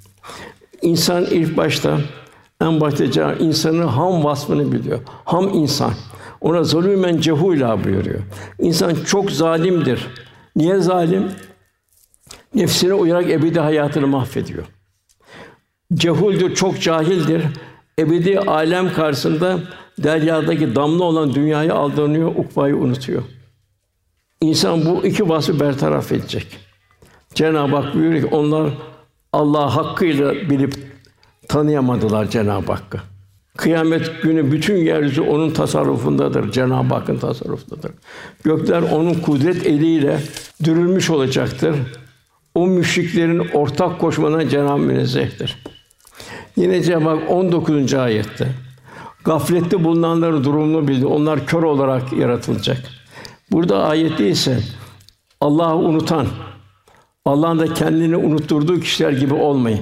İnsan ilk başta, en başta insanın ham vasfını biliyor. Ham insan. Ona zulümen cehûlâ buyuruyor. İnsan çok zalimdir. Niye zalim? Nefsine uyarak ebedi hayatını mahvediyor. Cehuldür, çok cahildir. Ebedi alem karşısında deryadaki damla olan dünyayı aldanıyor, ukbayı unutuyor. İnsan bu iki vasfı bertaraf edecek. Cenab-ı Hak buyuruyor ki onlar Allah'ı hakkıyla bilip tanıyamadılar Cenab-ı Hakk'ı. Kıyamet günü bütün yeryüzü onun tasarrufundadır, Cenab-ı Hakk'ın tasarrufundadır. Gökler onun kudret eliyle dürülmüş olacaktır. O müşriklerin ortak koşmadan Cenab-ı münezzehtir. Yine Cenab-ı Hak on dokuzuncu ayette gaflette bulunanların durumunu bildi. Onlar kör olarak yaratılacak. Burada ayette ise Allah'ı unutan, Allah'ın da kendini unutturduğu kişiler gibi olmayın.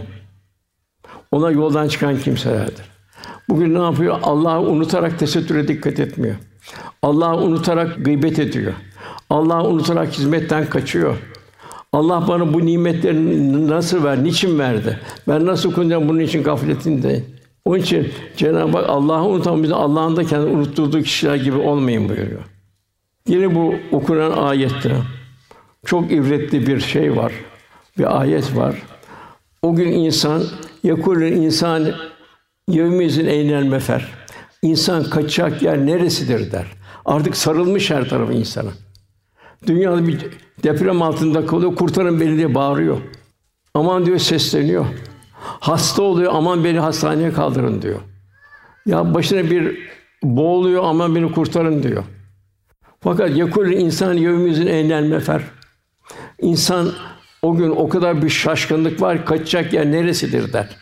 Ona yoldan çıkan kimselerdir. Bugün ne yapıyor? Allah'ı unutarak tesettüre dikkat etmiyor. Allah'ı unutarak gıybet ediyor. Allah'ı unutarak hizmetten kaçıyor. Allah bana bu nimetleri nasıl ver, niçin verdi? Ben nasıl kullanacağım bunun için gafletindeyim. Onun için Cenab-ı Hak Allah'ı unutan bizi Allah'ın da kendini unutturduğu kişiler gibi olmayın buyuruyor. Yine bu okunan ayette çok ibretli bir şey var, bir ayet var. O gün insan yekulul insan yevmizin eynel mefer. İnsan kaçacak yer neresidir der. Artık sarılmış her tarafı insana. Dünyada bir deprem altında kalıyor, kurtarın beni diye bağırıyor. Aman diyor sesleniyor. Hasta oluyor, aman beni hastaneye kaldırın diyor. Ya başına bir boğuluyor, aman beni kurtarın diyor. Fakat yekulul insan yevmizin eynel mefer. İnsan o gün o kadar bir şaşkınlık var, kaçacak yer neresidir der.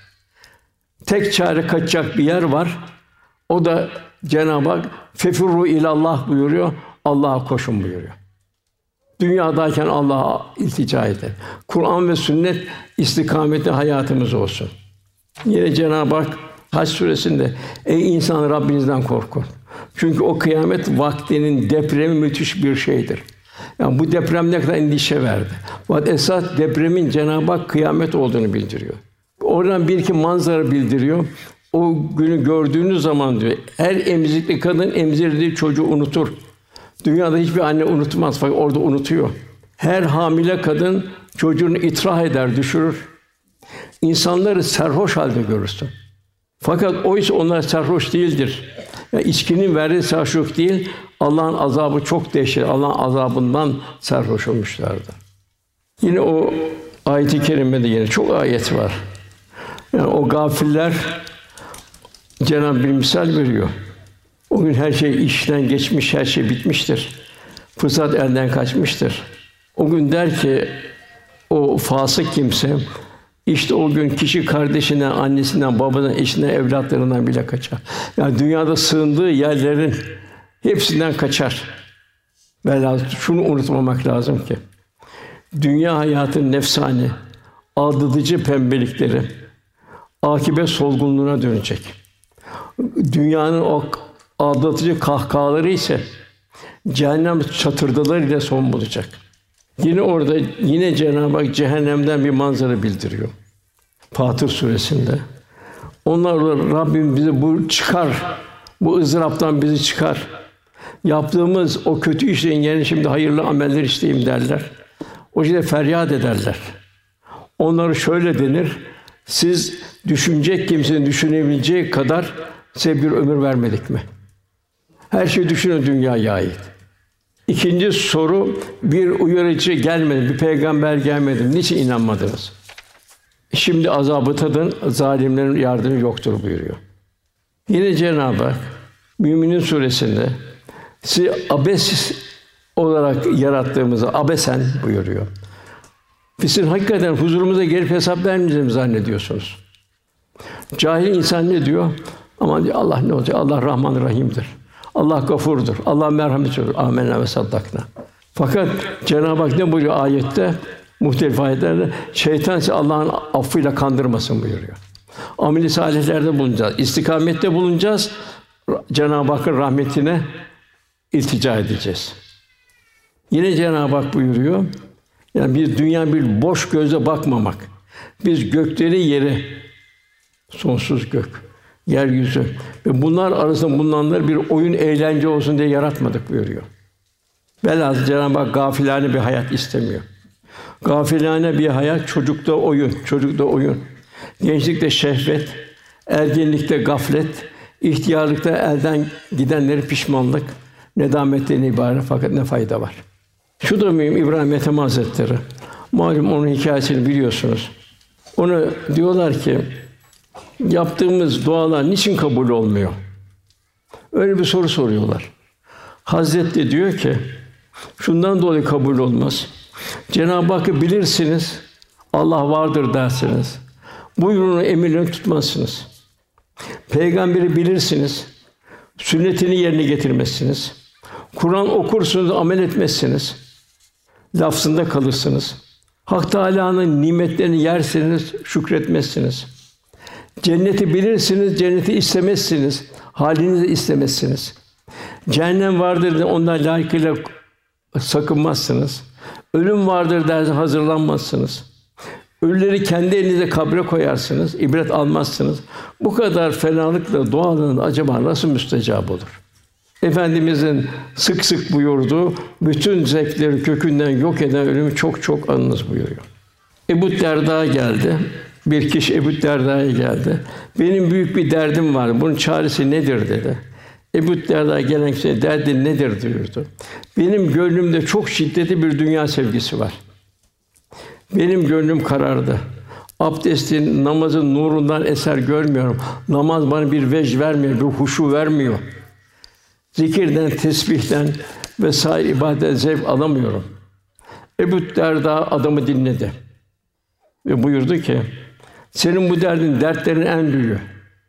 Tek çare kaçacak bir yer var. O da Cenab-ı Hak fefirru ilallah buyuruyor. Allah'a koşun buyuruyor. Dünyadayken Allah'a iltica edin. Kur'an ve sünnet istikameti hayatımız olsun. Yine Cenab-ı Hak Hac suresinde ey insan Rabbinizden korkun. Çünkü o kıyamet vaktinin depremi müthiş bir şeydir. Yani bu deprem ne kadar endişe verdi. Fakat esas depremin Cenab-ı Hak kıyamet olduğunu bildiriyor. Oradan bir iki manzara bildiriyor. O günü gördüğünüz zaman diyor, her emzikli kadın emzirdiği çocuğu unutur. Dünyada hiçbir anne unutmaz fakat orada unutuyor. Her hamile kadın çocuğunu itrah eder, düşürür. İnsanları serhoş halde görürsün. Fakat oysa onlar serhoş değildir. Yani içkinin verdiği sarhoşluk değil, Allah'ın azabı çok dehşet. Allah'ın azabından sarhoş olmuşlardı. Yine o ayet-i kerimede yine çok ayet var. Yani o gafiller Cenab-ı bir misal veriyor. O gün her şey işten geçmiş, her şey bitmiştir. Fırsat elden kaçmıştır. O gün der ki o fasık kimse, işte o gün kişi kardeşinden, annesinden, babasından, eşinden, evlatlarından bile kaçar. Yani dünyada sığındığı yerlerin hepsinden kaçar. Velhâsıl şunu unutmamak lazım ki dünya hayatının nefsani, aldatıcı pembelikleri âkibet solgunluğuna dönecek. Dünyanın o aldatıcı kahkahaları ise cehennem çatırdaları ile son bulacak. Yine orada yine Cenab-ı Hak cehennemden bir manzara bildiriyor. Fatır Suresi'nde. Onlar Rabbim bizi bu çıkar, bu ızdıraptan bizi çıkar. Yaptığımız o kötü işlerin yerine şimdi hayırlı ameller işleyeyim derler. O yüzden feryat ederler. Onlara şöyle denir: siz düşünecek kimsenin düşünebileceği kadar size bir ömür vermedik mi? Her şeyi düşünün, dünyaya ait. İkinci soru, bir uyarıcı gelmedi, bir peygamber gelmedi. Niçin inanmadınız? Şimdi azabı tadın, zalimlerin yardımı yoktur buyuruyor. Yine Cenab-ı Hak Müminin Suresinde sizi abes olarak yarattığımızı abesen buyuruyor. Sizin hakikaten huzurumuza gelip hesap vermeyeceğimizi zannediyorsunuz. Cahil insan ne diyor? Aman diyor, Allah ne olacak? Allah Rahman Rahim'dir. Allah Gafurdur. Allah merhametlidir. Âmennâ ve saddaknâ. Fakat Cenab-ı Hak ne buyuruyor ayette? Muhtelif ayetlerde şeytan sizi Allah'ın affıyla kandırmasın buyuruyor. Amel-i sâlihlerde bulunacağız, istikamette bulunacağız. Cenab-ı Hakk'ın rahmetine iltica edeceğiz. Yine Cenab-ı Hak buyuruyor. Yani biz dünya bir boş gözle bakmamak. Biz gökleri yeri, sonsuz gök, yeryüzü ve bunlar arasında bulunanları bir oyun, eğlence olsun diye yaratmadık buyuruyor. Velhâsıl Cenab-ı Hak gafilane bir hayat istemiyor. Gafilane bir hayat, çocukta oyun, çocukta oyun, gençlikte şehvet, ergenlikte gaflet, ihtiyarlıkta elden gidenleri pişmanlık, nedametten ibaret, fakat ne fayda var? Şu da mühim, İbrahim Ethem Hazretleri. Malum onun hikâyesini biliyorsunuz. Ona diyorlar ki, yaptığımız dualar niçin kabul olmuyor? Öyle bir soru soruyorlar. Hazretleri diyor ki, şundan dolayı kabul olmaz. Cenab-ı Hakk'ı bilirsiniz, Allah vardır dersiniz. Buyruğunu, emirlerini tutmazsınız. Peygamberi bilirsiniz, sünnetini yerine getirmezsiniz. Kur'an okursunuz, amel etmezsiniz. Lafzında kalırsınız. Hak Teâlâ'nın nimetlerini yersiniz, şükretmezsiniz. Cenneti bilirsiniz, cenneti istemezsiniz, halinizi istemezsiniz. Cehennem vardır de ondan layıkıyla sakınmazsınız. Ölüm vardır derse hazırlanmazsınız. Ölüleri kendi elinize kabre koyarsınız, ibret almazsınız. Bu kadar fenalıkla duaların acaba nasıl müstecab olur? Efendimizin sık sık buyurduğu, bütün zevkleri kökünden yok eden ölümü çok çok anınız buyuruyor. Ebu Derda geldi. Bir kişi Ebu Derda'ya geldi. Benim büyük bir derdim var. Bunun çaresi nedir dedi. Ebu Derda gelen kişiye derdin nedir diyordu. Benim gönlümde çok şiddetli bir dünya sevgisi var. Benim gönlüm karardı. Abdestin, namazın nurundan eser görmüyorum. Namaz bana bir vecd vermiyor, bir huşu vermiyor. Zikirden, tesbihten vesaire ibadetten zevk alamıyorum. Ebu Derda adamı dinledi ve buyurdu ki, senin bu derdin dertlerin en büyüğü.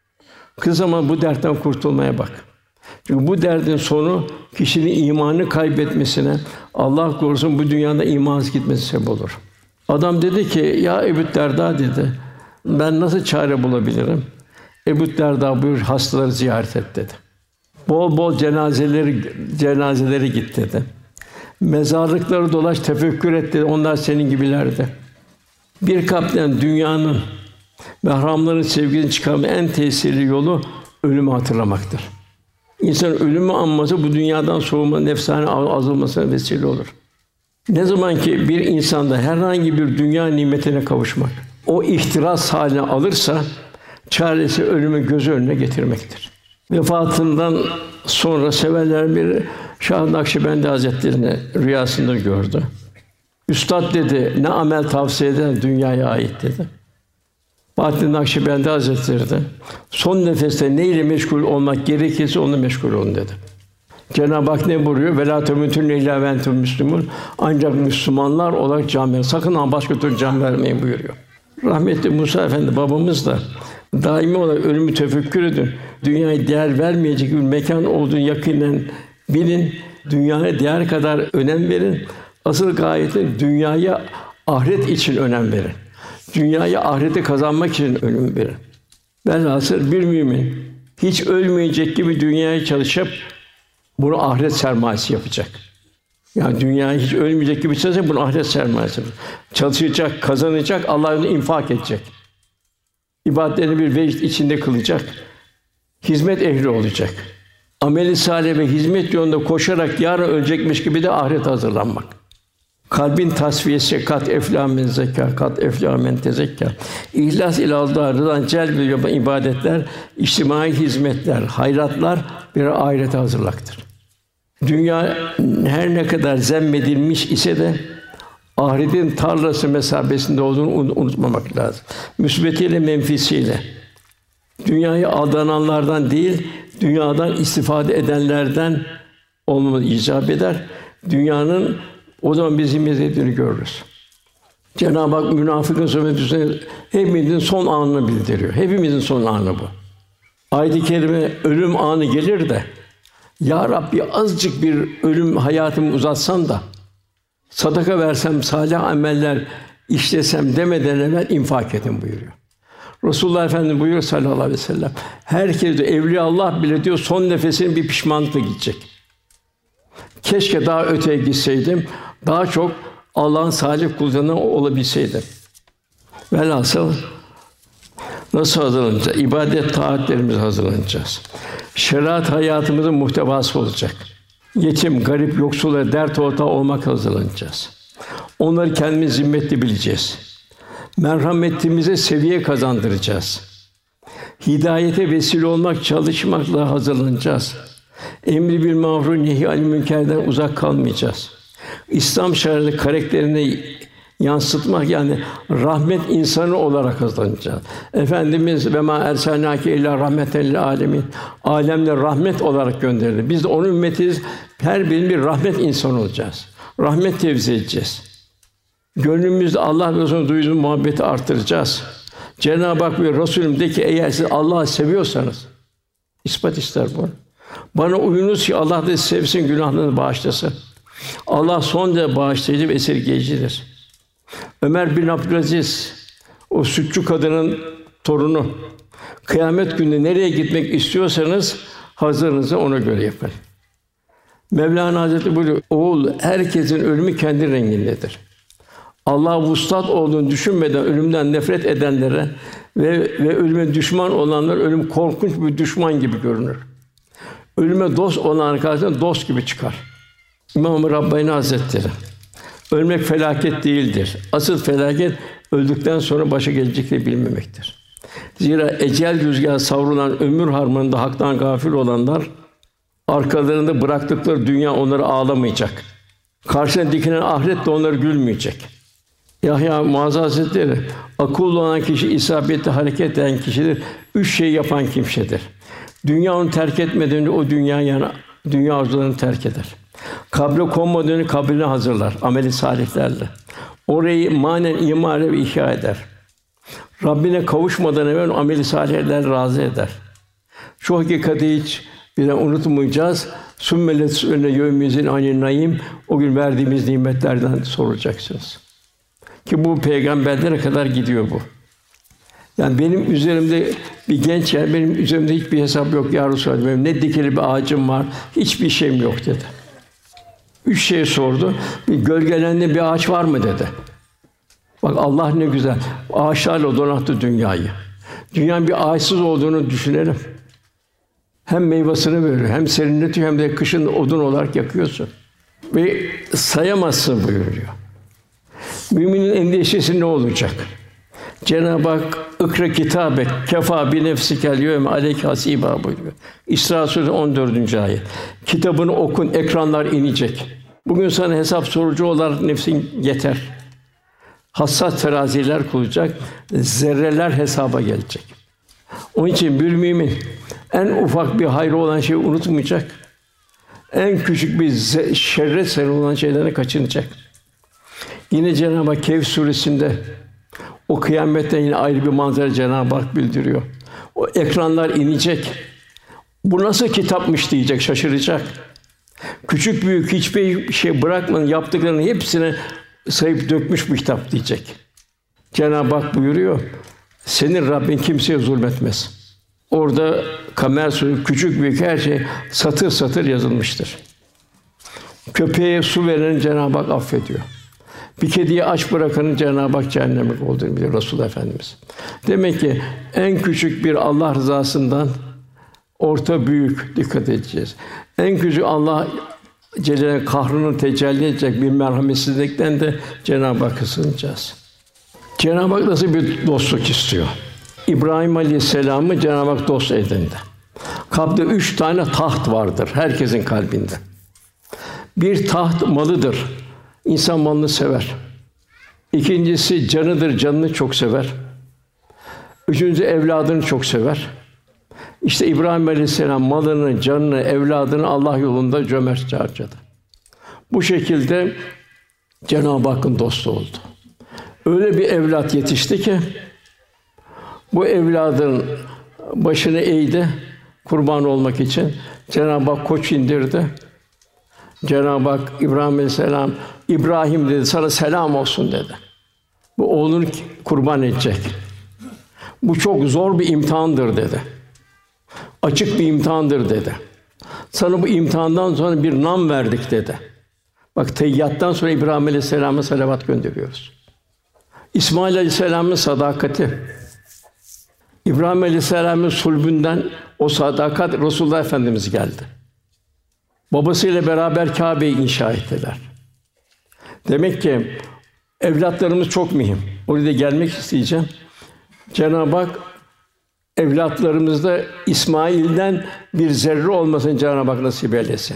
Kız ama bu dertten kurtulmaya bak. Çünkü bu derdin sonu kişinin imanını kaybetmesine, Allah korusun bu dünyada imansız gitmesi sebep olur. Adam dedi ki, ya Ebu Derda dedi, ben nasıl çare bulabilirim? Ebu Derda buyur, hastaları ziyaret et dedi. Bol bol cenazeleri cenazeleri git dedi. Mezarlıkları dolaş, tefekkür et dedi. Onlar senin gibilerdi. Bir kalpten dünyanın ve haramların sevgisini çıkarma en tesirli yolu ölümü hatırlamaktır. İnsan ölümü anması bu dünyadan soğuma, nefsane azalmasına vesile olur. Ne zaman ki bir insanda herhangi bir dünya nimetine kavuşmak, o ihtiras haline alırsa çaresi ölümü göz önüne getirmektir. Vefatından sonra sevenler biri Şah Nakşibendi Hazretleri'ni rüyasında gördü. Üstad dedi, ne amel tavsiye eder dünyaya ait dedi. Bahattin Nakşibendi Hazretleri de son nefeste ne ile meşgul olmak gerekirse onunla meşgul olun dedi. Cenab-ı Hak ne buyuruyor? Velâ temûtunne illâ ve entum müslümûn. Ancak Müslümanlar olarak can verin. Sakın ha başka türlü can vermeyin buyuruyor. Rahmetli Musa Efendi babamız da daimi olarak ölümü tefekkür edin. Dünyaya değer vermeyecek bir mekan olduğunu yakinen bilin. Dünyaya değer kadar önem verin. Asıl gayeti dünyaya ahiret için önem verin. Dünyaya ahireti kazanmak için önem verin. Velhasıl bir mümin hiç ölmeyecek gibi dünyaya çalışıp bunu ahiret sermayesi yapacak. Yani dünyaya hiç ölmeyecek gibi çalışacak, bunu ahiret sermayesi yapacak. Çalışacak, kazanacak, Allah yolunda infak edecek. İbadetlerini bir vecd içinde kılacak. Hizmet ehli olacak. Ameli salih ve hizmet yolunda koşarak yarın ölecekmiş gibi de ahiret hazırlanmak. Kalbin tasfiyesi, kat eflâ men zekâ, kat eflâ men tezekkâ. İhlas ile Allah'a rıdan celb yapan ibadetler, içtimai hizmetler, hayratlar bir ahirete hazırlaktır. Dünya her ne kadar zemmedilmiş ise de ahiretin tarlası mesabesinde olduğunu unutmamak lazım. Müsbetiyle menfisiyle. Dünyaya aldananlardan değil, dünyadan istifade edenlerden olmamız icap eder. Dünyanın o zaman bizim izlediğini görürüz. Cenab-ı Hak münafıkın sohbetinde hepimizin son anını bildiriyor. Hepimizin son anı bu. Ayet-i kerime ölüm anı gelir de ya Rabbi azıcık bir ölüm hayatımı uzatsan da sadaka versem, salih ameller işlesem demeden evvel infak edin buyuruyor. Resulullah Efendimiz buyuruyor sallallahu aleyhi ve sellem. Herkes de evliya Allah bile diyor son nefesinin bir pişmanlıkla gidecek. Keşke daha öteye gitseydim, daha çok Allah'ın salih kullarından olabilseydim. Velhasıl nasıl hazırlanacağız? İbadet taatlerimize hazırlanacağız. Şeriat hayatımızın muhtevası olacak. Yetim, garip, yoksula dert ortağı olmak hazırlanacağız. Onları kendimiz zimmetli bileceğiz. Merhametimize seviye kazandıracağız. Hidayete vesile olmak, çalışmakla hazırlanacağız. Emri bil maruf, nehy anil münkerden uzak kalmayacağız. İslam şer'i karakterini yansıtmak yani rahmet insanı olarak hazırlanacağız. Efendimiz ve ma erselnâke illâ rahmeten lil âlemin. Âlemlere rahmet olarak gönderildi. Biz de onun ümmetiyiz. Her birinin bir rahmet insanı olacağız. Rahmet tevzi edeceğiz. Gönlümüzde Allah ve Resulü'nün duyduğu muhabbeti artıracağız. Cenab-ı Hak ve Resulüm de ki eğer siz Allah'ı seviyorsanız ispat ister bunu. Bana uyunuz ki Allah da sizi sevsin, günahlarınızı bağışlasın. Allah son derece bağışlayıcı ve esirgeyicidir. Ömer bin Abdülaziz, o sütçü kadının torunu. Kıyamet günü nereye gitmek istiyorsanız hazırınızı ona göre yapın. Mevlana Hazretleri buyuruyor, oğul herkesin ölümü kendi rengindedir. Allah vuslat olduğunu düşünmeden ölümden nefret edenlere ve ve ölüme düşman olanlar ölüm korkunç bir düşman gibi görünür. Ölüme dost olan arkadaşlar dost gibi çıkar. İmam-ı Rabbani Hazretleri ölmek felaket değildir. Asıl felaket öldükten sonra başa gelecekleri bilmemektir. Zira ecel rüzgârı savrulan ömür harmanında haktan gafil olanlar arkalarında bıraktıkları dünya onları ağlamayacak. Karşısına dikilen ahiret de onları gülmeyecek. Yahya Muazzez Hazretleri akıllı olan kişi isabetli hareket eden kişidir. Üç şey yapan kimsedir. Dünya onu terk etmeden önce o dünya yani dünya arzularını terk eder. Kabre konmadan önce kabrini hazırlar ameli salihlerle. Orayı manen imare ve ihya eder. Rabbine kavuşmadan evvel ameli salihler razı eder. Şu hakikati hiç birden unutmayacağız. Sümmelet önüne yevmizin anin naim. O gün verdiğimiz nimetlerden soracaksınız. Ki bu peygamberlere kadar gidiyor bu. Yani benim üzerimde bir genç yani benim üzerimde hiçbir hesap yok ya Resulallah. Benim ne dikili bir ağacım var, hiçbir şeyim yok dedi. Üç şey sordu. Bir gölgelende bir ağaç var mı dedi. Bak Allah ne güzel. Ağaçlarla donattı dünyayı. Dünyanın bir ağaçsız olduğunu düşünelim. Hem meyvasını veriyor, hem serinletiyor, hem de kışın odun olarak yakıyorsun. Ve sayamazsın buyuruyor. Müminin endişesi ne olacak? Cenab-ı Hak ikra kitabe kefa bi nefsikel yevme aleyke hasiba buyuruyor. İsra Suresi on dördüncü ayet. Kitabını okun, ekranlar inecek. Bugün sana hesap sorucu olarak nefsin yeter. Hassas teraziler kurulacak, zerreler hesaba gelecek. Onun için bir mümin en ufak bir hayrı olan şeyi unutmayacak. En küçük bir şerre sebep olan şeylerden kaçınacak. Yine Cenab-ı Hak Kehf suresinde o kıyametten yine ayrı bir manzara Cenab-ı Hak bildiriyor. O ekranlar inecek. Bu nasıl kitapmış diyecek, şaşıracak. Küçük büyük hiçbir şey bırakmadan yaptıklarının hepsini sayıp dökmüş bu kitap diyecek. Cenab-ı Hak buyuruyor, senin Rabbin kimseye zulmetmez. Orada Kamer Suresi küçük büyük her şey satır satır yazılmıştır. Köpeğe su veren Cenab-ı Hak affediyor. Bir kediyi aç bırakanın Cenab-ı Hak cehenneme olduğunu biliyor Resulullah Efendimiz. Demek ki en küçük bir Allah rızasından orta büyük dikkat edeceğiz. En küçük Allah Celle kahrını tecelli edecek bir merhametsizlikten de Cenab-ı Hakk'a sığınacağız. Cenab-ı Hak nasıl bir dostluk istiyor? İbrahim Aleyhisselam'ı Cenab-ı Hak dost edindi. Kalpte üç tane taht vardır herkesin kalbinde. Bir taht malıdır. İnsan malını sever. İkincisi canıdır, canını çok sever. Üçüncüsü evladını çok sever. İşte İbrahim Aleyhisselam malını, canını, evladını Allah yolunda cömertçe harcadı. Bu şekilde Cenab-ı Hakk'ın dostu oldu. Öyle bir evlat yetişti ki bu evladın başını eğdi kurban olmak için. Cenab-ı Hak koç indirdi. Cenab-ı Hak İbrahim Aleyhisselam İbrahim dedi, sana selam olsun dedi. Bu oğlunu kurban edecek. Bu çok zor bir imtihandır dedi. Açık bir imtihandır dedi. Sana bu imtihandan sonra bir nam verdik dedi. Bak teyyattan sonra İbrahim Aleyhisselam'a salavat gönderiyoruz. İsmail Aleyhisselam'ın sadakati, İbrahim Aleyhisselam'ın sulbünden o sadakat Resulullah Efendimiz geldi. Babasıyla beraber Kâbe'yi inşa ettiler. Demek ki evlatlarımız çok mühim. Oraya gelmek isteyeceğim. Cenab-ı Hak evlatlarımızda İsmail'den bir zerre olmasın Cenab-ı Hak nasip eylesin.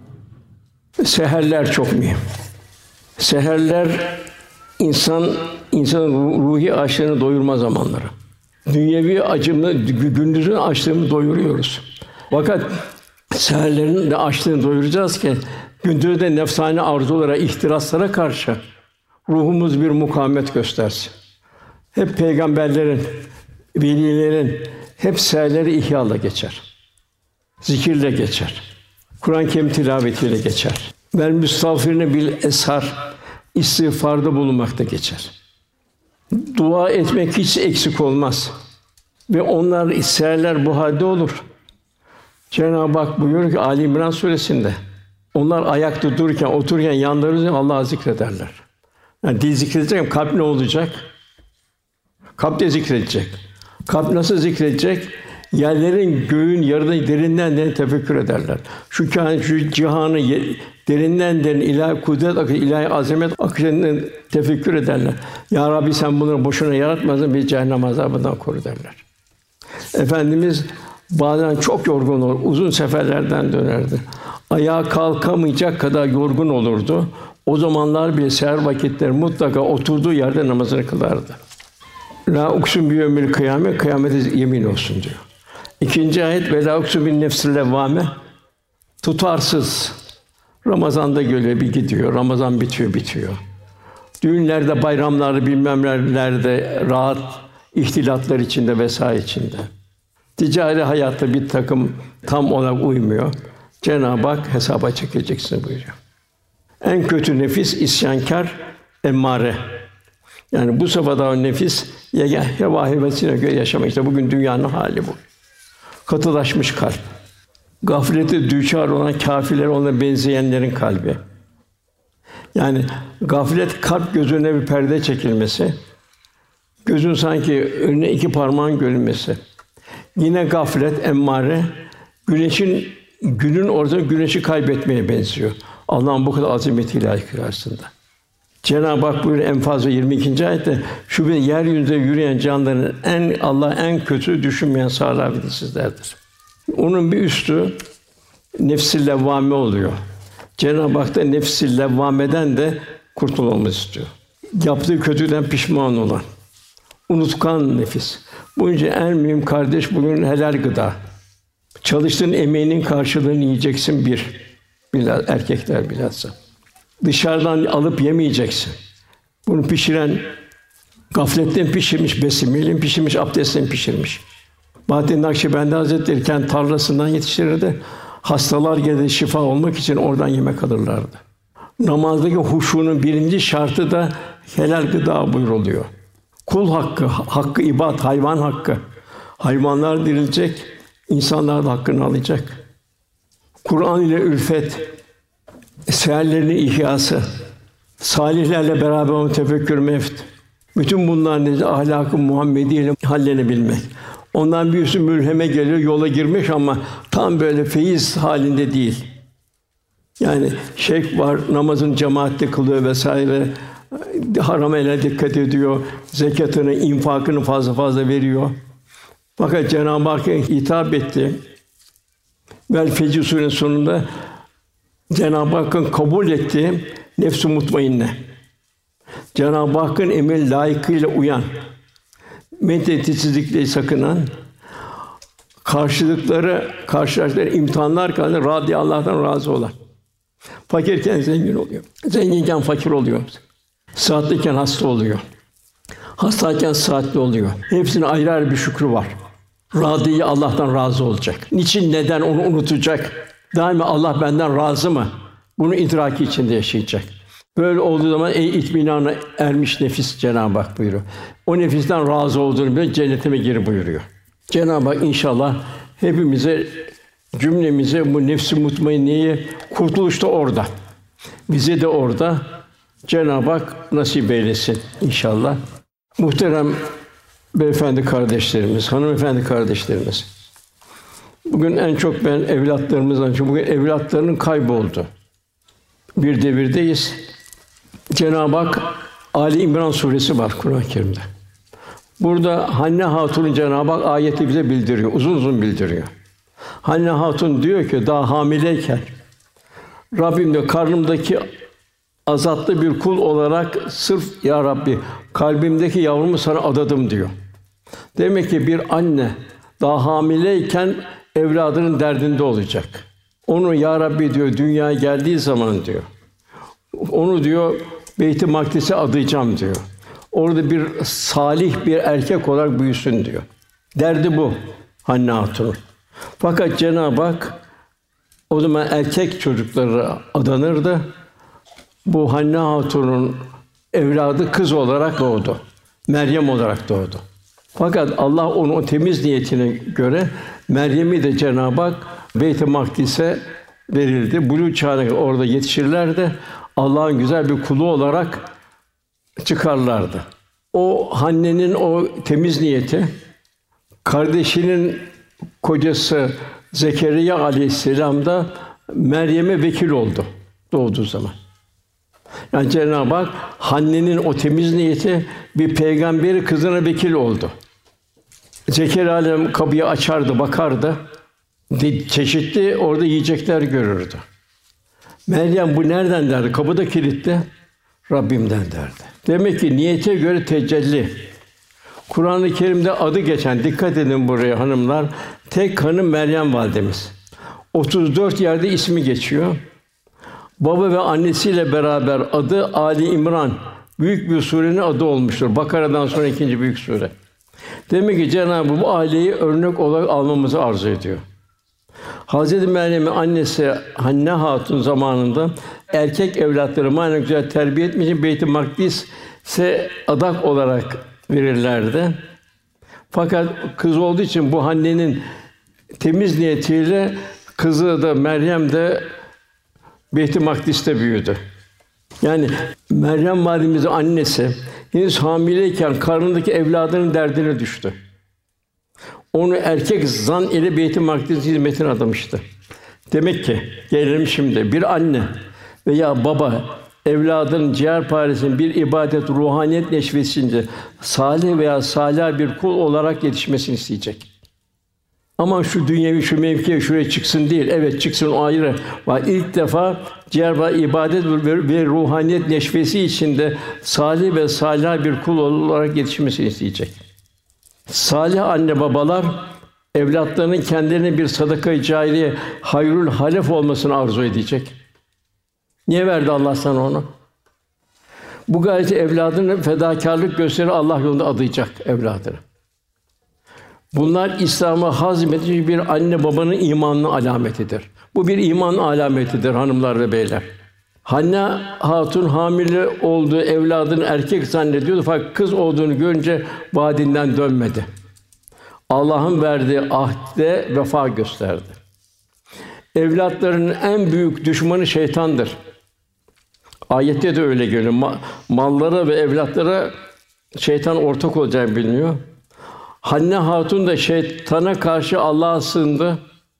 Seherler çok mühim. Seherler insan insanın ruhi açlığını doyurma zamanları. Dünyevi acımı, gündüzün açlığını doyuruyoruz. Fakat seherlerin de açlığını doyuracağız ki gündüzde nefsani arzulara, ihtiraslara karşı ruhumuz bir mukavemet göstersin. Hep peygamberlerin, velilerin hep seherleri ihyâla geçer. Zikirle geçer. Kur'an-ı Kerim tilavetiyle geçer. Vel müstağfirine bil eshar, istiğfarda bulunmakta geçer. Dua etmek hiç eksik olmaz. Ve onlar seherler bu halde olur. Cenab-ı Hak buyuruyor ki Ali İmran suresinde, onlar ayakta dururken, otururken yanlarında Allah'ı zikrederler. Yani dil zikredecek, kalp ne olacak? Kalp de zikredecek. Kalp nasıl zikredecek? Yerlerin, göğün, yarıda derinden derin tefekkür ederler. Şu kâin, şu cihanı derinden derin ilahi kudret akışı, ilahi azamet akışını tefekkür ederler. Ya Rabbi sen bunları boşuna yaratmadın, bizi cehennem azabından koru derler. Efendimiz bazen çok yorgun olur, uzun seferlerden dönerdi. Ayağa kalkamayacak kadar yorgun olurdu. O zamanlar bile seher vakitleri mutlaka oturduğu yerde namazını kılardı. La uksun bi yevmil kıyamet, kıyamete yemin olsun diyor. İkinci ayet ve la uksun bin nefsil levvame, tutarsız. Ramazan'da göle bir gidiyor, Ramazan bitiyor, bitiyor. Düğünlerde, bayramlarda, bilmem nelerde rahat ihtilatlar içinde vesaire içinde. Ticari hayatta bir takım tam olarak uymuyor. Cenab-ı Hak hesaba çekeceksin buyuruyor. En kötü nefis isyankâr, emmare. Yani bu safhada nefis heva hevesine göre yaşamak. İşte bugün dünyanın hali bu. Katılaşmış kalp. Gaflete düçar olan kâfirler, ona benzeyenlerin kalbi. Yani gaflet kalp gözüne bir perde çekilmesi, gözün sanki önüne iki parmağın görünmesi. Yine gaflet, emmare, güneşin günün ortasında güneşi kaybetmeye benziyor. Allah'ın bu kadar azameti ilahi karşısında. Cenab-ı Hak buyuruyor Enfâl yirmi ikinci ayette şu bir yeryüzünde yürüyen canlıların en Allah en kötü düşünmeyen salih sizlerdir. Onun bir üstü nefs-i levvame oluyor. Cenab-ı Hak da nefs-i levvameden de kurtulmamızı istiyor. Yaptığı kötüden pişman olan, unutkan nefis. Bunca en mühim kardeş bugün helal gıda. Çalıştığın emeğinin karşılığını yiyeceksin bir. Bilhassa erkekler bilhassa. Dışarıdan alıp yemeyeceksin. Bunu pişiren gafletten pişirmiş, besmeyle pişirmiş, abdestten pişirmiş. Bahattin Nakşibendi Hazretleri kendi tarlasından yetiştirirdi. Hastalar geldi şifa olmak için oradan yemek alırlardı. Namazdaki huşunun birinci şartı da helal gıda buyruluyor. Kul hakkı, hakkı ibad, hayvan hakkı. Hayvanlar dirilecek, insanlar da hakkını alacak. Kur'an ile ülfet, seherlerin ihyası, salihlerle beraber onu tefekkür meft. Bütün bunlar nedir? Ahlak-ı Muhammediye ile hallenebilmek. Ondan birisi mülheme geliyor, yola girmiş ama tam böyle feyiz halinde değil. Yani şeyh var, namazın cemaatle kılıyor vesaire, haram ele dikkat ediyor, zekatını, infakını fazla fazla veriyor. Fakat Cenab-ı Hakk'a hitap etti. Vel Fecr Sûresinin sonunda Cenab-ı Hakk'ın kabul ettiği nefs-i mutmainne. Cenab-ı Hakk'ın emir layıkıyla uyan, medeniyetsizlikle sakınan, karşılıkları, karşılaştıkları imtihanlar karşısında radî Allah'tan razı olan. Fakirken zengin oluyor. Zenginken fakir oluyor. Sıhhatliyken hasta oluyor. Hastayken sıhhatli oluyor. Hepsinin ayrı ayrı bir şükrü var. Radî Allah'tan razı olacak. Niçin, neden onu unutacak? Daima Allah benden razı mı? Bunu idraki içinde yaşayacak. Böyle olduğu zaman ey itminana ermiş nefis Cenab-ı Hak buyuruyor. O nefisten razı olduğunu biliyor, cennetime gir buyuruyor. Cenab-ı Hak inşallah hepimize, cümlemize bu nefs-i mutmainneyi kurtuluş da orada. Bize de orada Cenab-ı Hak nasip eylesin inşallah. Muhterem beyefendi kardeşlerimiz, hanımefendi kardeşlerimiz. Bugün en çok ben evlatlarımızdan çok bugün evlatlarının kayboldu. Bir devirdeyiz. Cenab-ı Hak Ali İmran suresi var Kur'an-ı Kerim'de. Burada Hanne Hatun'un Cenab-ı Hak ayeti bize bildiriyor, uzun uzun bildiriyor. Hanne Hatun diyor ki daha hamileyken Rabbim diyor karnımdaki azatlı bir kul olarak sırf ya Rabbi kalbimdeki yavrumu sana adadım diyor. Demek ki bir anne daha hamileyken evladının derdinde olacak. Onu ya Rabbi diyor dünyaya geldiği zaman diyor. Onu diyor Beyt-i Makdis'e adayacağım diyor. Orada bir salih bir erkek olarak büyüsün diyor. Derdi bu Hanne Hatun'un. Fakat Cenab-ı Hak o zaman erkek çocukları adanırdı. Bu Hanne Hatun'un evladı kız olarak doğdu. Meryem olarak doğdu. Fakat Allah onun o temiz niyetine göre Meryem'i de Cenab-ı Hak Beyt-i Makdis'e verildi. Buluğ çağına orada yetişirler de Allah'ın güzel bir kulu olarak çıkarlardı. O Hanne'nin o temiz niyeti, kardeşinin kocası Zekeriya Aleyhisselam da Meryem'e vekil oldu doğduğu zaman. Yani Cenab-ı Hak Hanne'nin o temiz niyeti bir peygamberi kızına vekil oldu. Zekeriya Aleyhisselam kapıyı açardı, bakardı. Çeşitli orada yiyecekler görürdü. Meryem bu nereden derdi? Kapıda kilitli. Rabbimden derdi. Demek ki niyete göre tecelli. Kur'an-ı Kerim'de adı geçen, dikkat edin buraya hanımlar, tek hanım Meryem validemiz. otuz dört yerde ismi geçiyor. Baba ve annesiyle beraber adı Ali İmran. Büyük bir surenin adı olmuştur. Bakara'dan sonra ikinci büyük sure. Demek ki Cenab-ı Hak bu aileyi örnek olarak almamızı arzu ediyor. Hazreti Meryem'in annesi Hanne Hatun zamanında erkek evlatları manen güzel terbiye etmek için Beyt-i Makdis'e adak olarak verirlerdi. Fakat kız olduğu için bu Hanne'nin temiz niyetiyle kızı da Meryem de Beyt-i Makdis'te büyüdü. Yani Meryem validemizin annesi henüz hamileyken karnındaki evladının derdine düştü. Onu erkek zan ile Beyt-i Makdis hizmetine adamıştı. Demek ki gelelim şimdi bir anne veya baba evladının ciğerparesinin bir ibadet, ruhaniyet neşvesince salih veya salih bir kul olarak yetişmesini isteyecek. Ama şu dünyevi, şu mevkiye, şuraya çıksın değil. Evet çıksın o ayrı. Var ilk defa ciğer ve ibadet ve ruhaniyet neşvesi içinde salih ve salih bir kul olarak yetişmesini isteyecek. Salih anne babalar evlatlarının kendilerine bir sadaka-i cariye, hayrul halef olmasını arzu edecek. Niye verdi Allah sana onu? Bu gayreti evladını fedakârlık gösterir Allah yolunda adayacak evladını. Bunlar İslam'ı hazmetmiş bir anne babanın imanının alametidir. Bu bir iman alametidir hanımlar ve beyler. Hanne Hatun hamile olduğu evladını erkek zannediyordu fakat kız olduğunu görünce vaadinden dönmedi. Allah'ın verdiği ahde vefa gösterdi. Evlatlarının en büyük düşmanı şeytandır. Ayette de öyle geliyor. Ma- mallara ve evlatlara şeytan ortak olacağı biliniyor. Hanne Hatun da şeytana karşı Allah'a sığındı.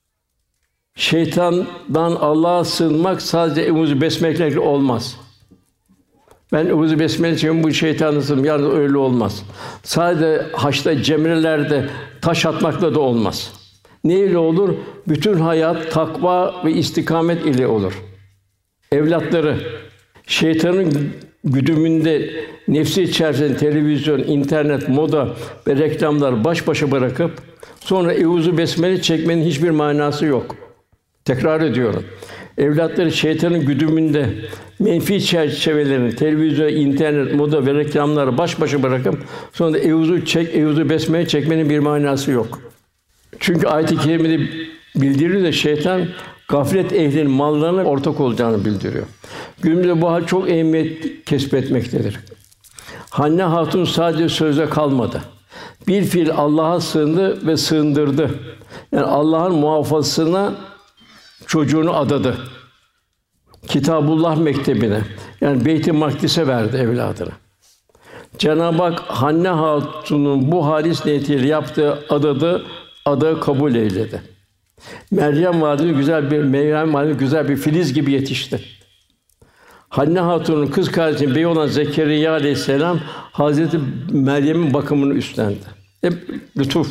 Şeytandan Allah'a sığınmak sadece Eûzü besmele ile olmaz. Ben Eûzü besmele için bu şeytanı sığındım. Yani öyle olmaz. Sadece haçta, cemrelerde taş atmakla da olmaz. Ne ile olur? Bütün hayat takva ve istikamet ile olur. Evlatları şeytanın güdümünde nefsi içerisinde televizyon, internet, moda ve reklamlar baş başa bırakıp sonra Eûzü besmele çekmenin hiçbir manası yok. Tekrar ediyorum. Evlatları şeytanın güdümünde menfi çerçevelerini, televizyon, internet, moda ve reklamları baş başa bırakıp sonra da Eûzü çek, Eûzü besmele çekmenin bir manası yok. Çünkü ayet-i kerimede bildiriyor da şeytan gaflet ehlinin mallarına ortak olacağını bildiriyor. Günümüzde bu hal çok ehemmiyet kesbetmektedir. Hanne Hatun sadece sözde kalmadı. Bir fiil Allah'a sığındı ve sığındırdı. Yani Allah'ın muhafazasına çocuğunu adadı. Kitabullah mektebine, yani Beyt-i Makdis'e verdi evladını. Cenab-ı Hak Hanne Hatun'un bu halis niyetiyle yaptığı adadı, adağı kabul eyledi. Meryem validemiz güzel bir Meryem validemiz güzel bir filiz gibi yetişti. Hanne Hatun'un kız kardeşi bey olan Zekeriya aleyhisselam Hazreti Meryem'in bakımını üstlendi. Hep lütuf.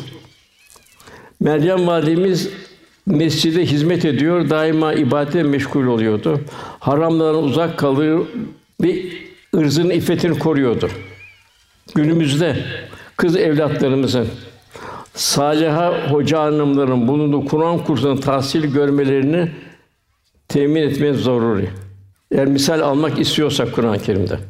Meryem validemiz mescide hizmet ediyor, daima ibadete meşgul oluyordu. Haramlardan uzak kalıyor ve ırzının iffetini koruyordu. Günümüzde kız evlatlarımızın sâliha hoca hanımların bulunduğu Kur'an kursunun tahsil görmelerini temin etmemiz zaruri. Eğer misal almak istiyorsak Kur'an-ı Kerim'de.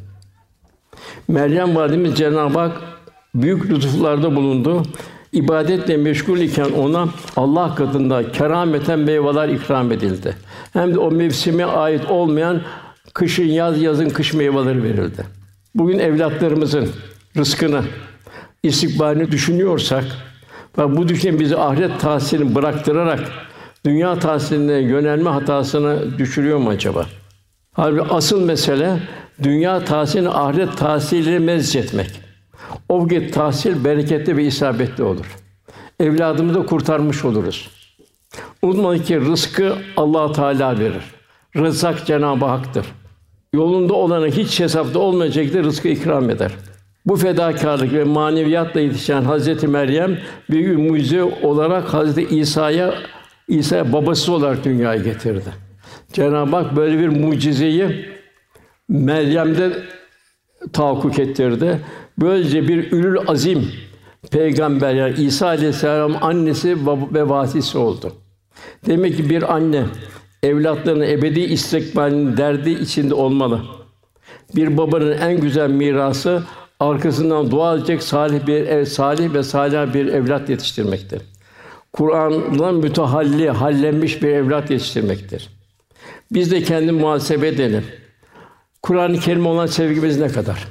Meryem validemiz Cenab-ı Hak büyük lütuflarda bulundu. İbadetle meşgul iken ona Allah katında kerameten meyveler ikram edildi. Hem de o mevsime ait olmayan kışın yaz, yazın kış meyveleri verildi. Bugün evlatlarımızın rızkını, istikbalini düşünüyorsak ve bu düşünce bizi ahiret tahsilini bıraktırarak dünya tahsiline yönelme hatasına düşürüyor mu acaba? Halbuki asıl mesele dünya tahsilini ahiret tahsiliyle mezzetmek. O vakit tahsil bereketli ve isabetli olur. Evladımızı da kurtarmış oluruz. Unutmayın ki rızkı Allah Teala verir. Rızak Cenab-ı Hak'tır. Yolunda olana hiç hesapta olmayacaktır, rızkı ikram eder. Bu fedakârlık ve maneviyatla yetişen Hazreti Meryem bir mucize olarak Hazreti İsa'ya İsa babasız olarak dünyaya getirdi. Cenab-ı Hak böyle bir mucizeyi Meryem'de tahakkuk ettirdi. Böylece bir ülül azim peygamber yani İsa aleyhisselam annesi ve vasisi oldu. Demek ki bir anne evlatlarının ebedi istikbalinin derdi içinde olmalı. Bir babanın en güzel mirası arkasından dua edecek salih bir ev, salih ve salih bir evlat yetiştirmektir. Kur'an'la mütehalli, hallenmiş bir evlat yetiştirmektir. Biz de kendi muhasebe edelim. Kur'an-ı Kerim olan sevgimiz ne kadar?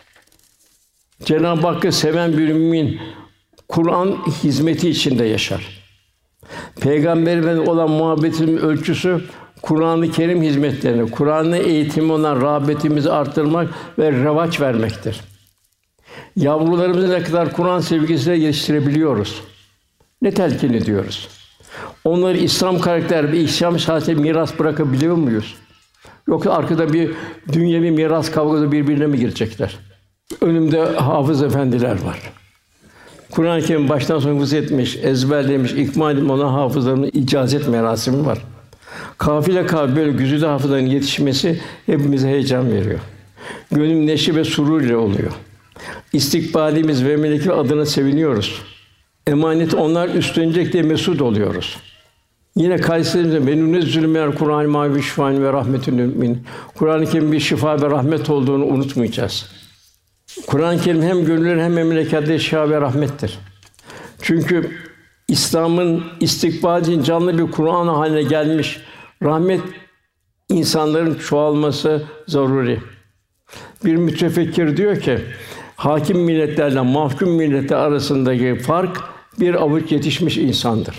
Cenab-ı Hakk'ı seven bir mümin Kur'an hizmeti içinde yaşar. Peygamber'e olan muhabbetin ölçüsü Kur'an-ı Kerim hizmetlerini, Kur'an'ı eğitimi olan rağbetimizi arttırmak ve revaç vermektir. Yavrularımızı ne kadar Kur'an sevgisiyle yetiştirebiliyoruz? Ne telkin ediyoruz? Onları İslam karakter ve İslam şahsiyet miras bırakabiliyor muyuz? Yoksa arkada bir dünyevi miras kavgası birbirine mi girecekler? Önümde hafız efendiler var. Kur'an-ı Kerim baştan sona hafız etmiş, ezberlemiş, ikmal etmiş olan hafızların icazet merasimi var. Kafile kafile böyle güzide hafızların yetişmesi hepimize heyecan veriyor. Gönül neşe ve surur ile oluyor. İstikbalimiz ve meleki adına seviniyoruz. Emanet onlar üstlenecek diye mesut oluyoruz. Yine Kayseri'mizde menûnezzülü minel Kur'an-ı mâvi şifâin ve rahmetün lil müminin. Kur'an-ı Kerim bir şifa ve rahmet olduğunu unutmayacağız. Kur'an-ı Kerim hem gönüller hem memlekette şifa ve rahmettir. Çünkü İslam'ın istikbal için canlı bir Kur'an haline gelmiş rahmet insanların çoğalması zaruri. Bir mütefekkir diyor ki, hakim milletlerle mahkum milletler arasındaki fark bir avuç yetişmiş insandır.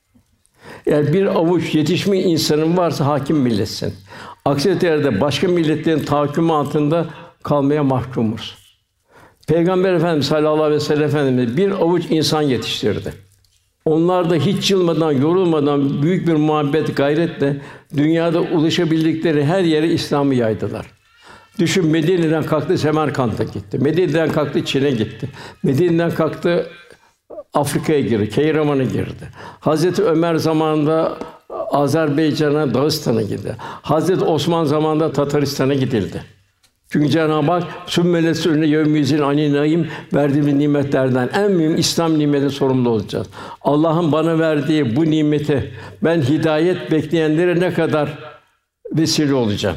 Eğer bir avuç yetişmiş insanın varsa hakim milletsin. Aksi takdirde başka milletlerin tahakkümü altında kalmaya mahkumuz. Peygamber Efendimiz sallallahu aleyhi ve sellem Efendimiz bir avuç insan yetiştirdi. Onlar da hiç yılmadan, yorulmadan büyük bir muhabbet, gayretle dünyada ulaşabildikleri her yere İslam'ı yaydılar. Düşün, Medine'den kalktı Semerkant'a gitti. Medine'den kalktı Çin'e gitti. Medine'den kalktı Afrika'ya girdi, Keyraman'a girdi. Hazreti Ömer zamanında Azerbaycan'a, Dağıstan'a gitti. Hazreti Osman zamanında Tataristan'a gidildi. Çünkü Cenab-ı Hak "Sümmele sünne yevmizin aninayim" verdiğimiz nimetlerden en mühim İslam nimeti sorumlu olacağız. Allah'ın bana verdiği bu nimeti ben hidayet bekleyenlere ne kadar vesile olacağım.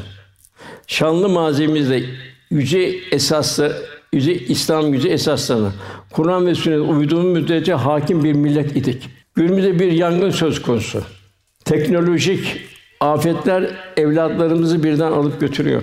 Şanlı mazimizde yüce esaslı, yüce İslam yüce esaslarına Kur'an ve sünnet uyduğumuz müddetçe hakim bir millet idik. Günümüzde bir yangın söz konusu. Teknolojik afetler evlatlarımızı birden alıp götürüyor.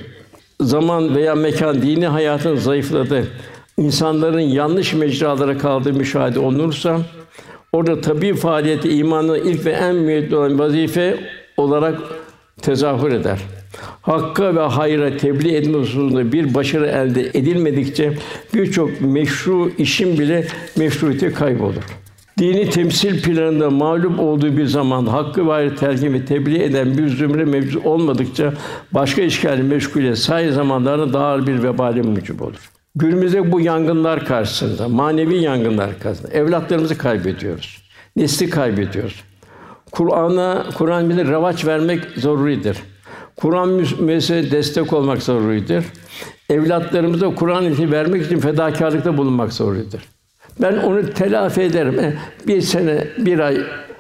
Zaman veya mekan dini hayatın zayıfladı, insanların yanlış mecralara kaldığı müşahede olunursa, orada tabii faaliyeti imanın ilk ve en mühim olan vazife olarak tezahür eder. Hakka ve hayra tebliğ etme hususunda bir başarı elde edilmedikçe birçok meşru işin bile meşruiyeti kaybolur. Dini temsil planında mağlup olduğu bir zaman hakkı ve hayrı telkin ve tebliğ eden bir zümre mevcut olmadıkça başka işgal meşgule sahih zamanlarda daha ağır bir vebale mucib olur. Günümüzde bu yangınlar karşısında, manevi yangınlar karşısında evlatlarımızı kaybediyoruz. Nesli kaybediyoruz. Kur'an'a, Kur'an bize revaç vermek zaruridir. Kur'an müessesesine destek olmak zaruridir. Evlatlarımıza Kur'an ilmi vermek için fedakârlıkta bulunmak zaruridir. Ben onu telafi ederim. Bir sene, bir ay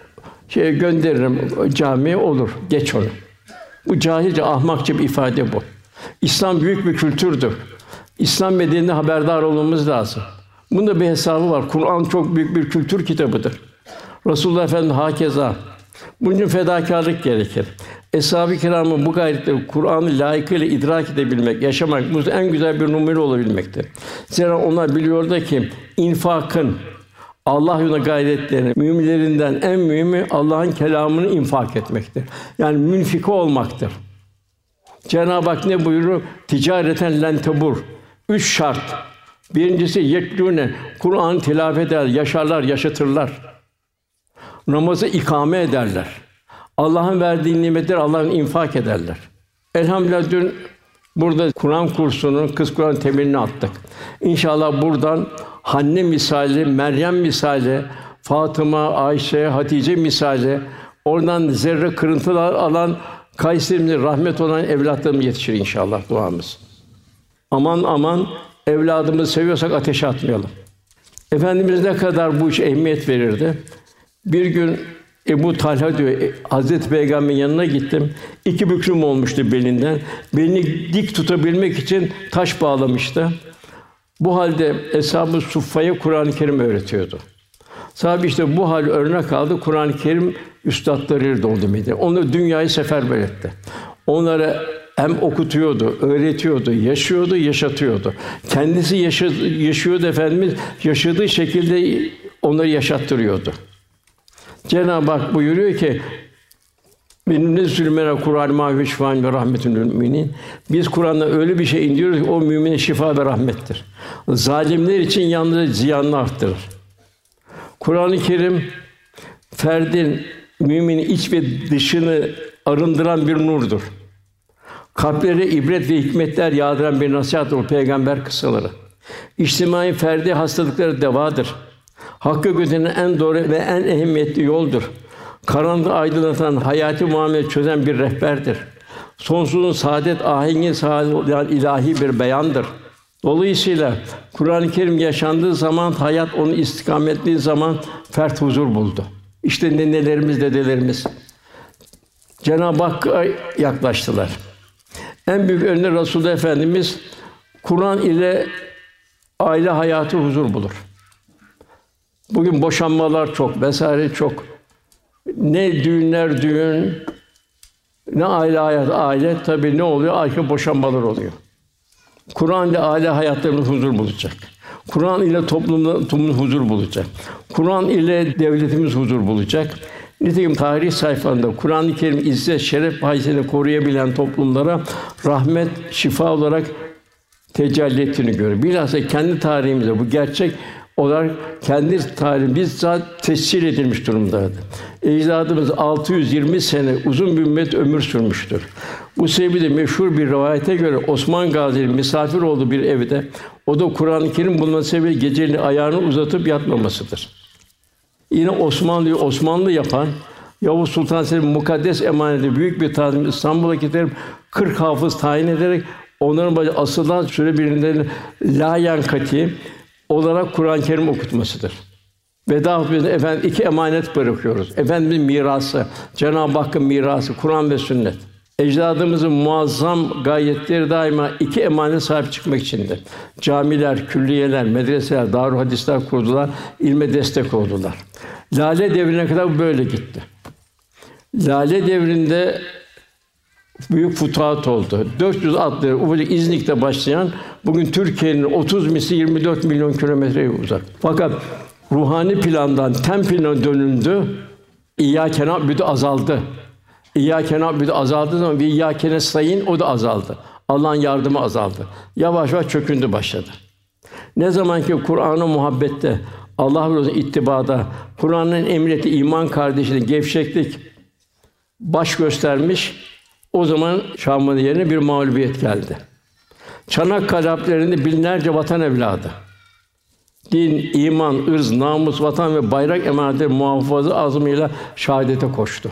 şey gönderirim camiye, olur. Geç onu. Bu cahilce, ahmakça bir ifade bu. İslam büyük bir kültürdür. İslam medeniyetine haberdar olmamız lazım. Bunun da bir hesabı var. Kur'an çok büyük bir kültür kitabıdır. Resulullah Efendimiz hakeza. Bunun için fedakârlık gerekir. Eshab-ı Kiram'ın bu gayretleri Kur'an'ı layıkıyla idrak edebilmek, yaşamak, bu en güzel bir numune olabilmektir. Zira onlar biliyorlar ki infakın, Allah yolunda gayretlerini müminlerinden en mühimi Allah'ın kelamını infak etmektir. Yani münfik olmaktır. Cenab-ı Hak ne buyuruyor? Ticareten len tebur. Üç şart. Birincisi yetlûne, Kur'an tilavet eder, yaşarlar, yaşatırlar. Namazı ikame ederler. Allah'ın verdiği nimetleri Allah'ın infak ederler. Elhamdülillah dün burada Kur'an kursunun kız Kur'an temelini attık. İnşallah buradan Hanne misali, Meryem misali, Fatıma, Ayşe, Hatice misali, oradan zerre kırıntılar alan Kayseri'mize rahmet olan evlatlarımız yetişir inşallah, duamız. Aman aman evladımızı seviyorsak ateşe atmayalım. Efendimiz ne kadar bu işe ehemmiyet verirdi. Bir gün Ebu Talha diyor, Hazreti Peygamber'in yanına gittim. İki büklüm olmuştu belinden. Belini dik tutabilmek için taş bağlamıştı. Bu halde Eshab-ı Suffa'ya Kur'an-ı Kerim öğretiyordu. Sahabe işte bu hal örnek aldı. Kur'an-ı Kerim üstadlarıyla doldu Medine. Onu dünyayı seferber etti. Onlara hem okutuyordu, öğretiyordu, yaşıyordu, yaşatıyordu. Kendisi yaşadı, yaşıyordu Efendimiz, yaşadığı şekilde onları yaşattırıyordu. Cenab-ı Hak buyuruyor ki: "Benim nezülmene Kur'an mâ şifâ'n ve rahmetün lil müminin." Biz Kur'an'da öyle bir şey indiriyoruz ki o mümine şifa ve rahmettir. Zalimler için yalnız ziyanını arttırır. Kur'an-ı Kerim ferdin, müminin iç ve dışını arındıran bir nurdur. Kalplere ibret ve hikmetler yağdıran bir nasihat olur, peygamber kıssaları. İçtimai ferdi hastalıklara devadır. Hakkı götüren en doğru ve en ehemmiyetli yoldur. Karanlığı aydınlatan, hayati muamele çözen bir rehberdir. Sonsuzun saadet ahengi sağlayan ilahi bir beyandır. Dolayısıyla Kur'an-ı Kerim yaşandığı zaman, hayat onu istikametli zaman fert huzur buldu. İşte nenelerimiz, dedelerimiz Cenab-ı Hakk'a yaklaştılar. En büyük örneği Resulullah Efendimiz Kur'an ile aile hayatı huzur bulur. Bugün boşanmalar çok, vesaire çok. Ne düğünler düğün, ne aile hayat aile. Tabii ne oluyor? Arka boşanmalar oluyor. Kur'an ile aile hayatlarımız huzur bulacak. Kur'an ile toplumda toplumumuz huzur bulacak. Kur'an ile devletimiz huzur bulacak. Nitekim tarih sayfalarında Kur'an-ı Kerim izzet, şeref, haysiyetini koruyabilen toplumlara rahmet, şifa olarak tecelli ettiğini görüyoruz. Bilhassa kendi tarihimizde bu gerçek olarak kendi tarihimiz bizzat tescil edilmiş durumdaydı. Ecdadımız altı yüz yirmi sene uzun bir müddet ömür sürmüştür. Bu sebeple meşhur bir rivayete göre Osman Gazi'nin misafir olduğu bir evde, o da Kur'an-ı Kerim bulunması sebebiyle geceleyin ayağını uzatıp yatmamasıdır. Yine Osmanlı'yı Osmanlı yapan Yavuz Sultan Selim'in mukaddes emaneti büyük bir tazim İstanbul'a getirip kırk hafız tayin ederek onların başı asıldan süre birinde layan kati olarak Kur'an-ı Kerim okutmasıdır. Veda hutbesinde efendim iki emanet bırakıyoruz. Efendimizin mirası, Cenab-ı Hakk'ın mirası Kur'an ve sünnet. Ecdadımızın muazzam gayretleri daima iki emanete sahip çıkmak içindir. Camiler, külliyeler, medreseler, darül hadisler kurdular, ilme destek oldular. Lale devrine kadar böyle gitti. Lale devrinde büyük futuhat oldu. dört yüz atlı ufacık İznik'te başlayan bugün Türkiye'nin otuz misli yirmi dört milyon kilometreye uzak. Fakat ruhani plandan tem plana dönüldü. İyyâke na'budu azaldı. İyyâke na'budu azaldığı zaman ve İyyâke nestaîn o da azaldı. Allah'ın yardımı azaldı. Yavaş yavaş çöküntü başladı. Ne zaman ki Kur'an'a muhabbette, Allah ve Resulü'ne ittibada, Kur'an'ın emrettiği iman kardeşliğine gevşeklik baş göstermiş, o zaman Şam'ın yerine bir mağlubiyet geldi. Çanakkale harplerinde binlerce vatan evladı, din, iman, ırz, namus, vatan ve bayrak emaneti muhafaza azmıyla şahadete koştu.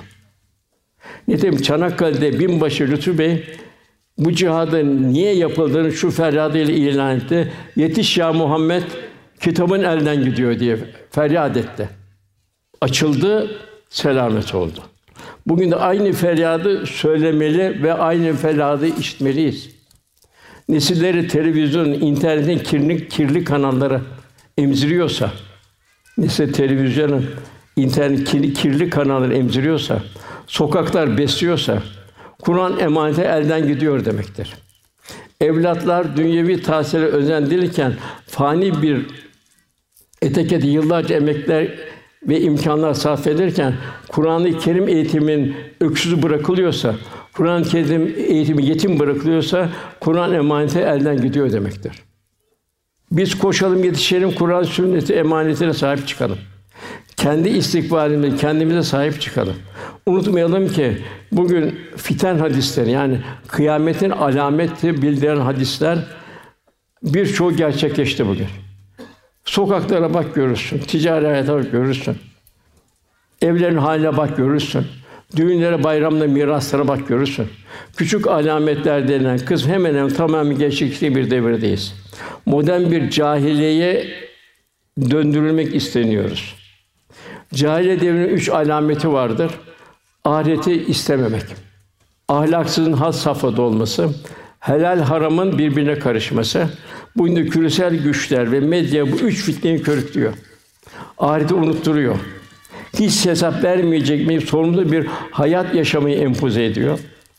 Nitekim Çanakkale'de binbaşı Lütfü Bey bu cihadın niye yapıldığını şu feryadıyla ilan etti. Yetiş ya Muhammed, kitabın elden gidiyor diye feryat etti. Açıldı, selamet oldu. Bugün de aynı feryadı söylemeli ve aynı feryadı işitmeliyiz. Nesilleri televizyon, internetin kirli, kirli kanalları emziriyorsa, nesil televizyonun, internet kirli, kirli kanalları emziriyorsa, sokaklar besliyorsa, Kur'an emaneti elden gidiyor demektir. Evlatlar dünyevi tahsile özendirirken fani bir etekete yıllarca emekler ve imkânlar sarf ederken Kur'an-ı Kerim eğitimin öksüzü bırakılıyorsa, Kur'an-ı Kerim eğitimi yetim bırakılıyorsa Kur'an emaneti elden gidiyor demektir. Biz koşalım, yetişelim, Kur'an sünneti emanetine sahip çıkalım. Kendi istikbalimize, kendimize sahip çıkalım. Unutmayalım ki bugün fiten hadisleri, yani kıyametin alameti bildiren hadisler birçoğu gerçekleşti bugün. Sokaklara bak görürsün, ticari hayata bak görürsün. Evlerin haline bak görürsün. Düğünlere, bayramlara, miraslara bak görürsün. Küçük alametler denilen kısım hemen hemen tamamen geçişli bir devirdeyiz. Modern bir cahiliyeye döndürülmek isteniyoruz. Cahiliye devrinin üç alameti vardır. Ahireti istememek, ahlaksızın had safhada olması, helal haramın birbirine karışması. Bugün de küresel güçler ve medya bu üç fitneyi körüklüyor. Ahireti unutturuyor. Hiç hesap vermeyecek mi sorumlu bir hayat yaşamayı empoze ediyor.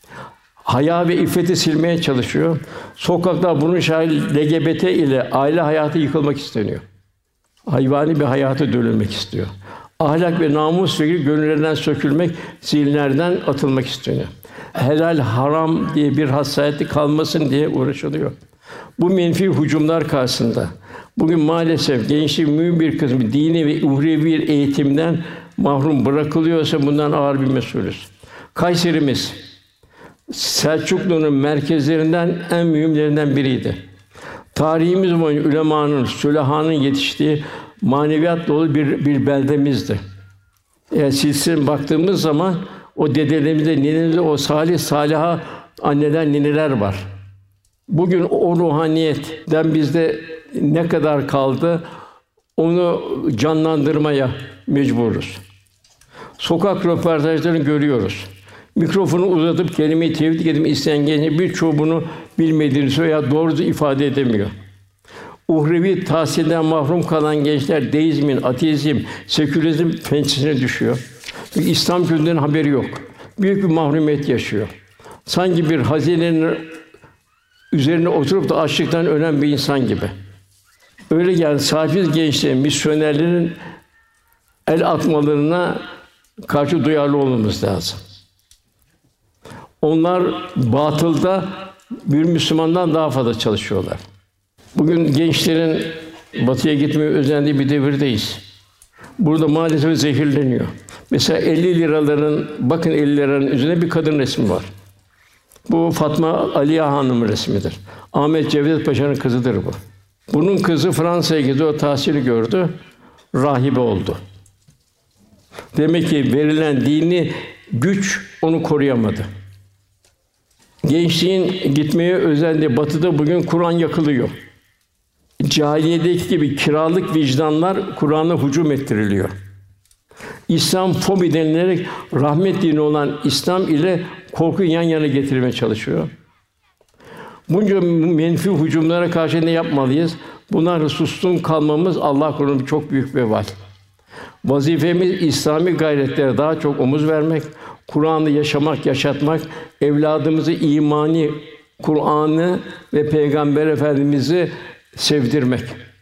Haya ve iffeti silmeye çalışıyor. Sokaklar bunun şahit L G B T ile aile hayatı yıkılmak isteniyor. Hayvani bir hayata dönülmek istiyor. Ahlak ve namus fikri gönüllerden sökülmek, zihinlerden atılmak isteniyor. Helal haram diye bir hassasiyeti kalmasın diye uğraşılıyor. Bu menfi hücumlar karşısında bugün maalesef gençliğin mühim bir kısmı dini ve uhrevi bir eğitimden mahrum bırakılıyorsa bundan ağır bir mesulüz. Kayserimiz Selçuklu'nun merkezlerinden en mühimlerinden biriydi. Tarihimiz boyunca ulemanın, sülahanın yetiştiği maneviyat dolu bir bir beldemizdi. Eğer silsileye baktığımız zaman o dedelerimizde, ninelerimizde o salih saliha anneler, nineler var. Bugün o ruhaniyetten bizde ne kadar kaldı, onu canlandırmaya mecburuz. Sokak röportajlarını görüyoruz. Mikrofonu uzatıp kelime-i tevhid etmek isteyen gençler birçoğu bunu bilmediğini söylüyor ya doğrusu ifade edemiyor. Uhrevi tahsilden mahrum kalan gençler deizmin, ateizm, sekülerizm pençesine düşüyor. Çünkü İslam kültüründen haberi yok. Büyük bir mahrumiyet yaşıyor. Sanki bir hazinenin üzerine oturup da açlıktan ölen bir insan gibi. Öyle yani sahipsiz gençlerin, misyonerlerin el atmalarına karşı duyarlı olmamız lazım. Onlar batılda bir Müslümandan daha fazla çalışıyorlar. Bugün gençlerin batıya gitmeye özendiği bir devirdeyiz. Burada maalesef zehirleniyor. Mesela elli liraların, bakın elli liranın üzerine bir kadın resmi var. Bu Fatma Aliye Hanım resmidir. Ahmet Cevdet Paşa'nın kızıdır bu. Bunun kızı Fransa'ya gitti, o tahsili gördü, rahibe oldu. Demek ki verilen dini güç onu koruyamadı. Gençliğin gitmeye özendiği Batı'da bugün Kur'an yakılıyor. Cahiliyedeki gibi kiralık vicdanlar Kur'an'a hücum ettiriliyor. İslam fobi denilerek rahmet dini olan İslam ile korku yan yana getirilmeye çalışıyor. Bunca menfi hücumlara karşı ne yapmalıyız? Bunlar sustum kalmamız Allah korusun çok büyük bir vebal. Vazifemiz İslami gayretlere daha çok omuz vermek, Kur'an'ı yaşamak, yaşatmak, evladımızı imani, Kur'an'ı ve Peygamber Efendimiz'i sevdirmek.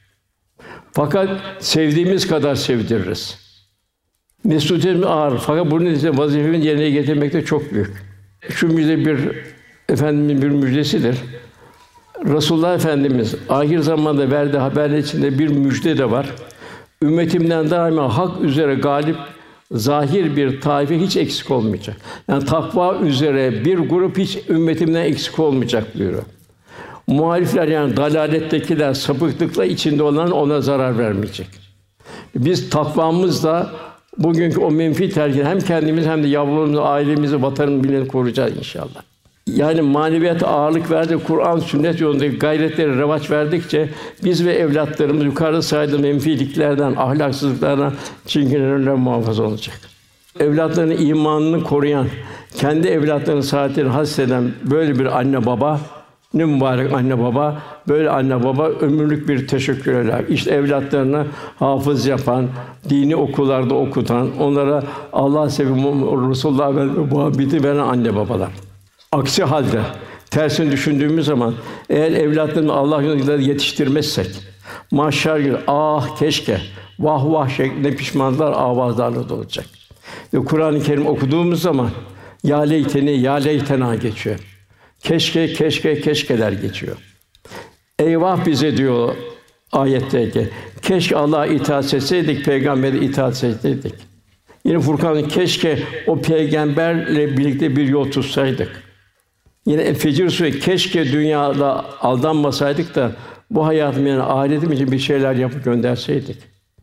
Fakat sevdiğimiz kadar sevdiririz. Mesuliyetimiz ağır. Fakat bunun için vazifemizi yerine getirmek de çok büyük. Şu müjde bir Efendimizin bir müjdesidir. Resulullah Efendimiz ahir zamanda verdiği haberler içinde bir müjde de var. Ümmetimden daima hak üzere galip, zahir bir taife hiç eksik olmayacak. Yani takva üzere bir grup hiç ümmetimden eksik olmayacak buyuruyor. Muhalifler yani dalalettekiler, sapıklıkla içinde olan ona zarar vermeyecek. Biz takvamızla bugünkü o menfi tercih hem kendimiz hem de yavrularımızı, ailemizi, vatanımızı bilen koruyacağız inşallah. Yani maneviyata ağırlık verdi, Kur'an, sünnet yolundaki gayretlere revaç verdikçe biz ve evlatlarımız yukarıda saydığım menfiliklerden, ahlaksızlıklardan çirkinliklerden muhafaza olacak. Evlatlarının imanını koruyan, kendi evlatlarının saadetini hasreden böyle bir anne baba, ne mübarek anne baba, böyle anne baba ömürlük bir teşekkür eder. İşte evlatlarını hafız yapan, dini okullarda okutan, onlara Allah sevgisi, Resulullah ve muhabbeti veren anne babalar. Aksi halde tersini düşündüğümüz zaman eğer evlatlarını Allah yolunda yetiştirmezsek mahşer günü ah keşke vah vah şeklinde pişmanlıklar avazlarla dolacak. Ve Kur'an-ı Kerim okuduğumuz zaman ya leyteni ya leytena geçiyor. Keşke keşke keşkeler geçiyor. Eyvah bize diyor ayetteki. Keşke Allah'a itaat etseydik, peygambere itaat etseydik. Yine Furkan keşke o peygamberle birlikte bir yol tutsaydık. Yine Fecr Suresi keşke dünyada aldanmasaydık da bu hayatım yani ahiretim için bir şeyler yapıp gönderseydik.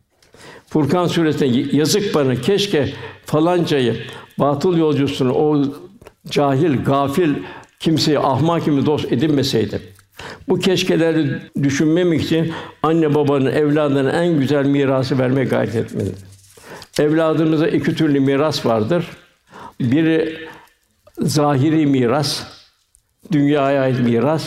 Furkan Suresi'nde yazık bana keşke falancayı batıl yolcusunu o cahil, gafil kimseyi ahmak gibi dost edinmeseydim. Bu keşkeleri düşünmemek için anne babanın evladlarına en güzel mirası vermeye gayret etmelidir. Evladımıza iki türlü miras vardır. Biri zahiri miras, dünyaya ait miras.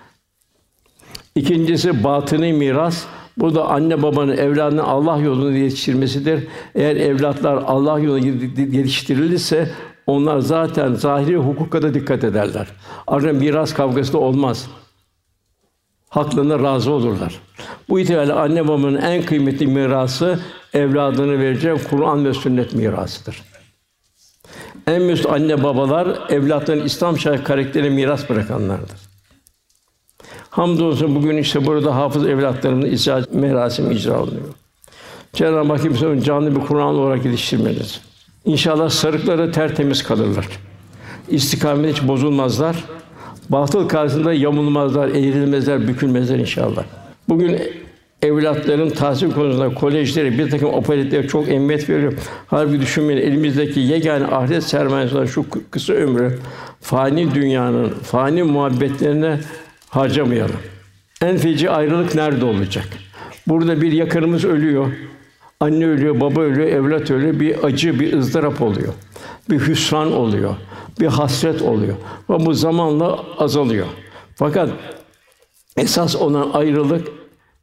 İkincisi batini miras. Bu da anne babanın evladını Allah yolunda yetiştirmesidir. Eğer evlatlar Allah yolunda yetiştirilirse onlar zaten zahiri hukuka da dikkat ederler. Arada miras kavgası da olmaz. Haklarına razı olurlar. Bu itibarıyla anne babanın en kıymetli mirası evladını vereceği Kur'an ve sünnet mirasıdır. En müst anne babalar evlatlarının İslam şer'i karakterine miras bırakanlardır. Hamdolsun bugün işte burada hafız evlatlarımızın icra merasimi icra oluyor. Cenab-ı Hak bizi canlı bir Kur'an olarak yetiştirmelidir. İnşallah sarıkları tertemiz kalırlar. İstikamet hiç bozulmazlar. Batıl karşısında yamulmazlar, eğrilmezler, bükülmezler inşallah. Bugün evlatların tahsil konusunda kolejlere, bir takım opaletlere çok emniyet veriyor. Halbuki düşünmeyin, elimizdeki yegâne ahiret sermayesi olan şu kısa ömrü fani dünyanın fani muhabbetlerine harcamayalım. En feci ayrılık nerede olacak? Burada bir yakınımız ölüyor. Anne ölüyor, baba ölüyor, evlat ölüyor. Bir acı, bir ızdırap oluyor. Bir hüsran oluyor. Bir hasret oluyor. Ve bu zamanla azalıyor. Fakat esas olan ayrılık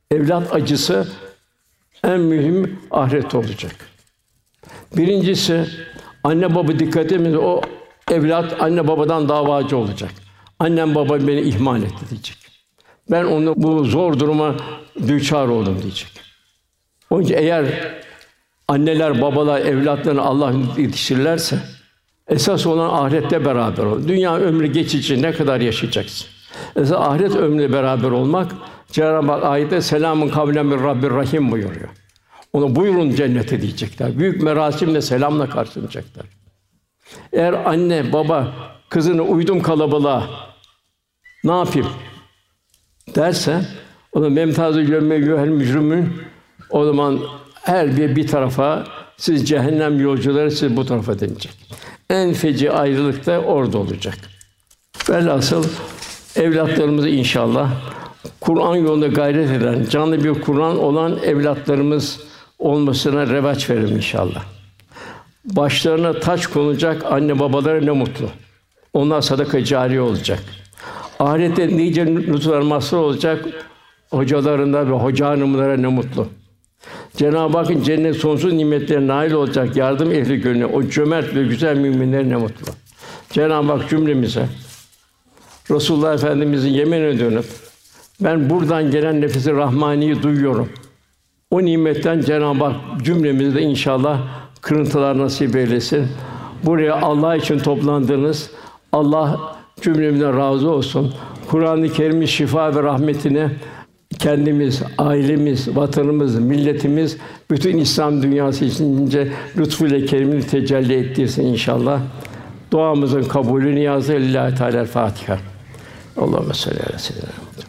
evlat acısı en mühim ahiret olacak. Birincisi, anne baba dikkat edin, o evlat anne babadan davacı olacak. Annem babam beni ihmal etti diyecek. Ben onu bu zor duruma düçar oldum diyecek. Onun için eğer anneler, babalar evlatlarını Allah yetiştirirlerse esas olan ahirette beraber ol. Dünya ömrü geçici, ne kadar yaşayacaksın? Esas ahiret ömrüyle beraber olmak, Cenab-ı Hak ayette selamun kavlen min Rabbir Rahim buyuruyor. Ona buyurun cennete diyecekler. Büyük merasimle, selamla karşılanacaklar. Eğer anne, baba kızını uydum kalabalığa ne yapayım derse, o da memtazı yömmeyühel mücrimün, o zaman her bir bir tarafa, siz cehennem yolcuları, siz bu tarafa denilecek. En feci ayrılık da orada olacak. Velhasıl evlatlarımızı inşallah Kur'an yolunda gayret eden, canlı bir Kur'an olan evlatlarımız olmasına revaç verelim inşallah. Başlarına taç konacak anne babalara ne mutlu. Onlar sadaka cariye olacak. Ahirette nice lütuflar mazhar olacak hocalarına ve hoca hanımlara ne mutlu. Cenab-ı Hakk'ın cennet sonsuz nimetlerine nail olacak yardım ehli gönlü, o cömert ve güzel müminlere ne mutlu. Cenab-ı Hak cümlemize Resulullah Efendimiz'in yeminine dönüp ben buradan gelen nefesi rahmaniyi duyuyorum. O nimetten Cenab-ı Hak cümlemize de inşallah kırıntılar nasip eylesin. Buraya Allah için toplandınız. Allah cümlemizden razı olsun. Kur'an-ı Kerim'in şifa ve rahmetine kendimiz, ailemiz, vatanımız, milletimiz, bütün İslam dünyası içince lütfuyla kerimini tecelli ettirsin inşallah. Duamızın kabulü niyazı lillahi teala Fatiha. Allahumme salli ala seyyidina Muhammed.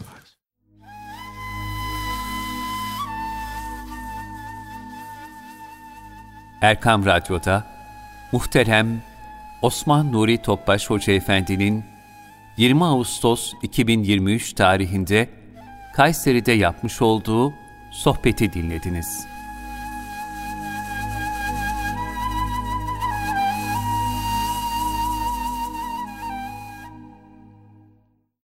Erkam Radyo'da muhterem Osman Nuri Topbaş Hoca Efendi'nin yirmi Ağustos iki bin yirmi üç tarihinde Kayseri'de yapmış olduğu sohbeti dinlediniz.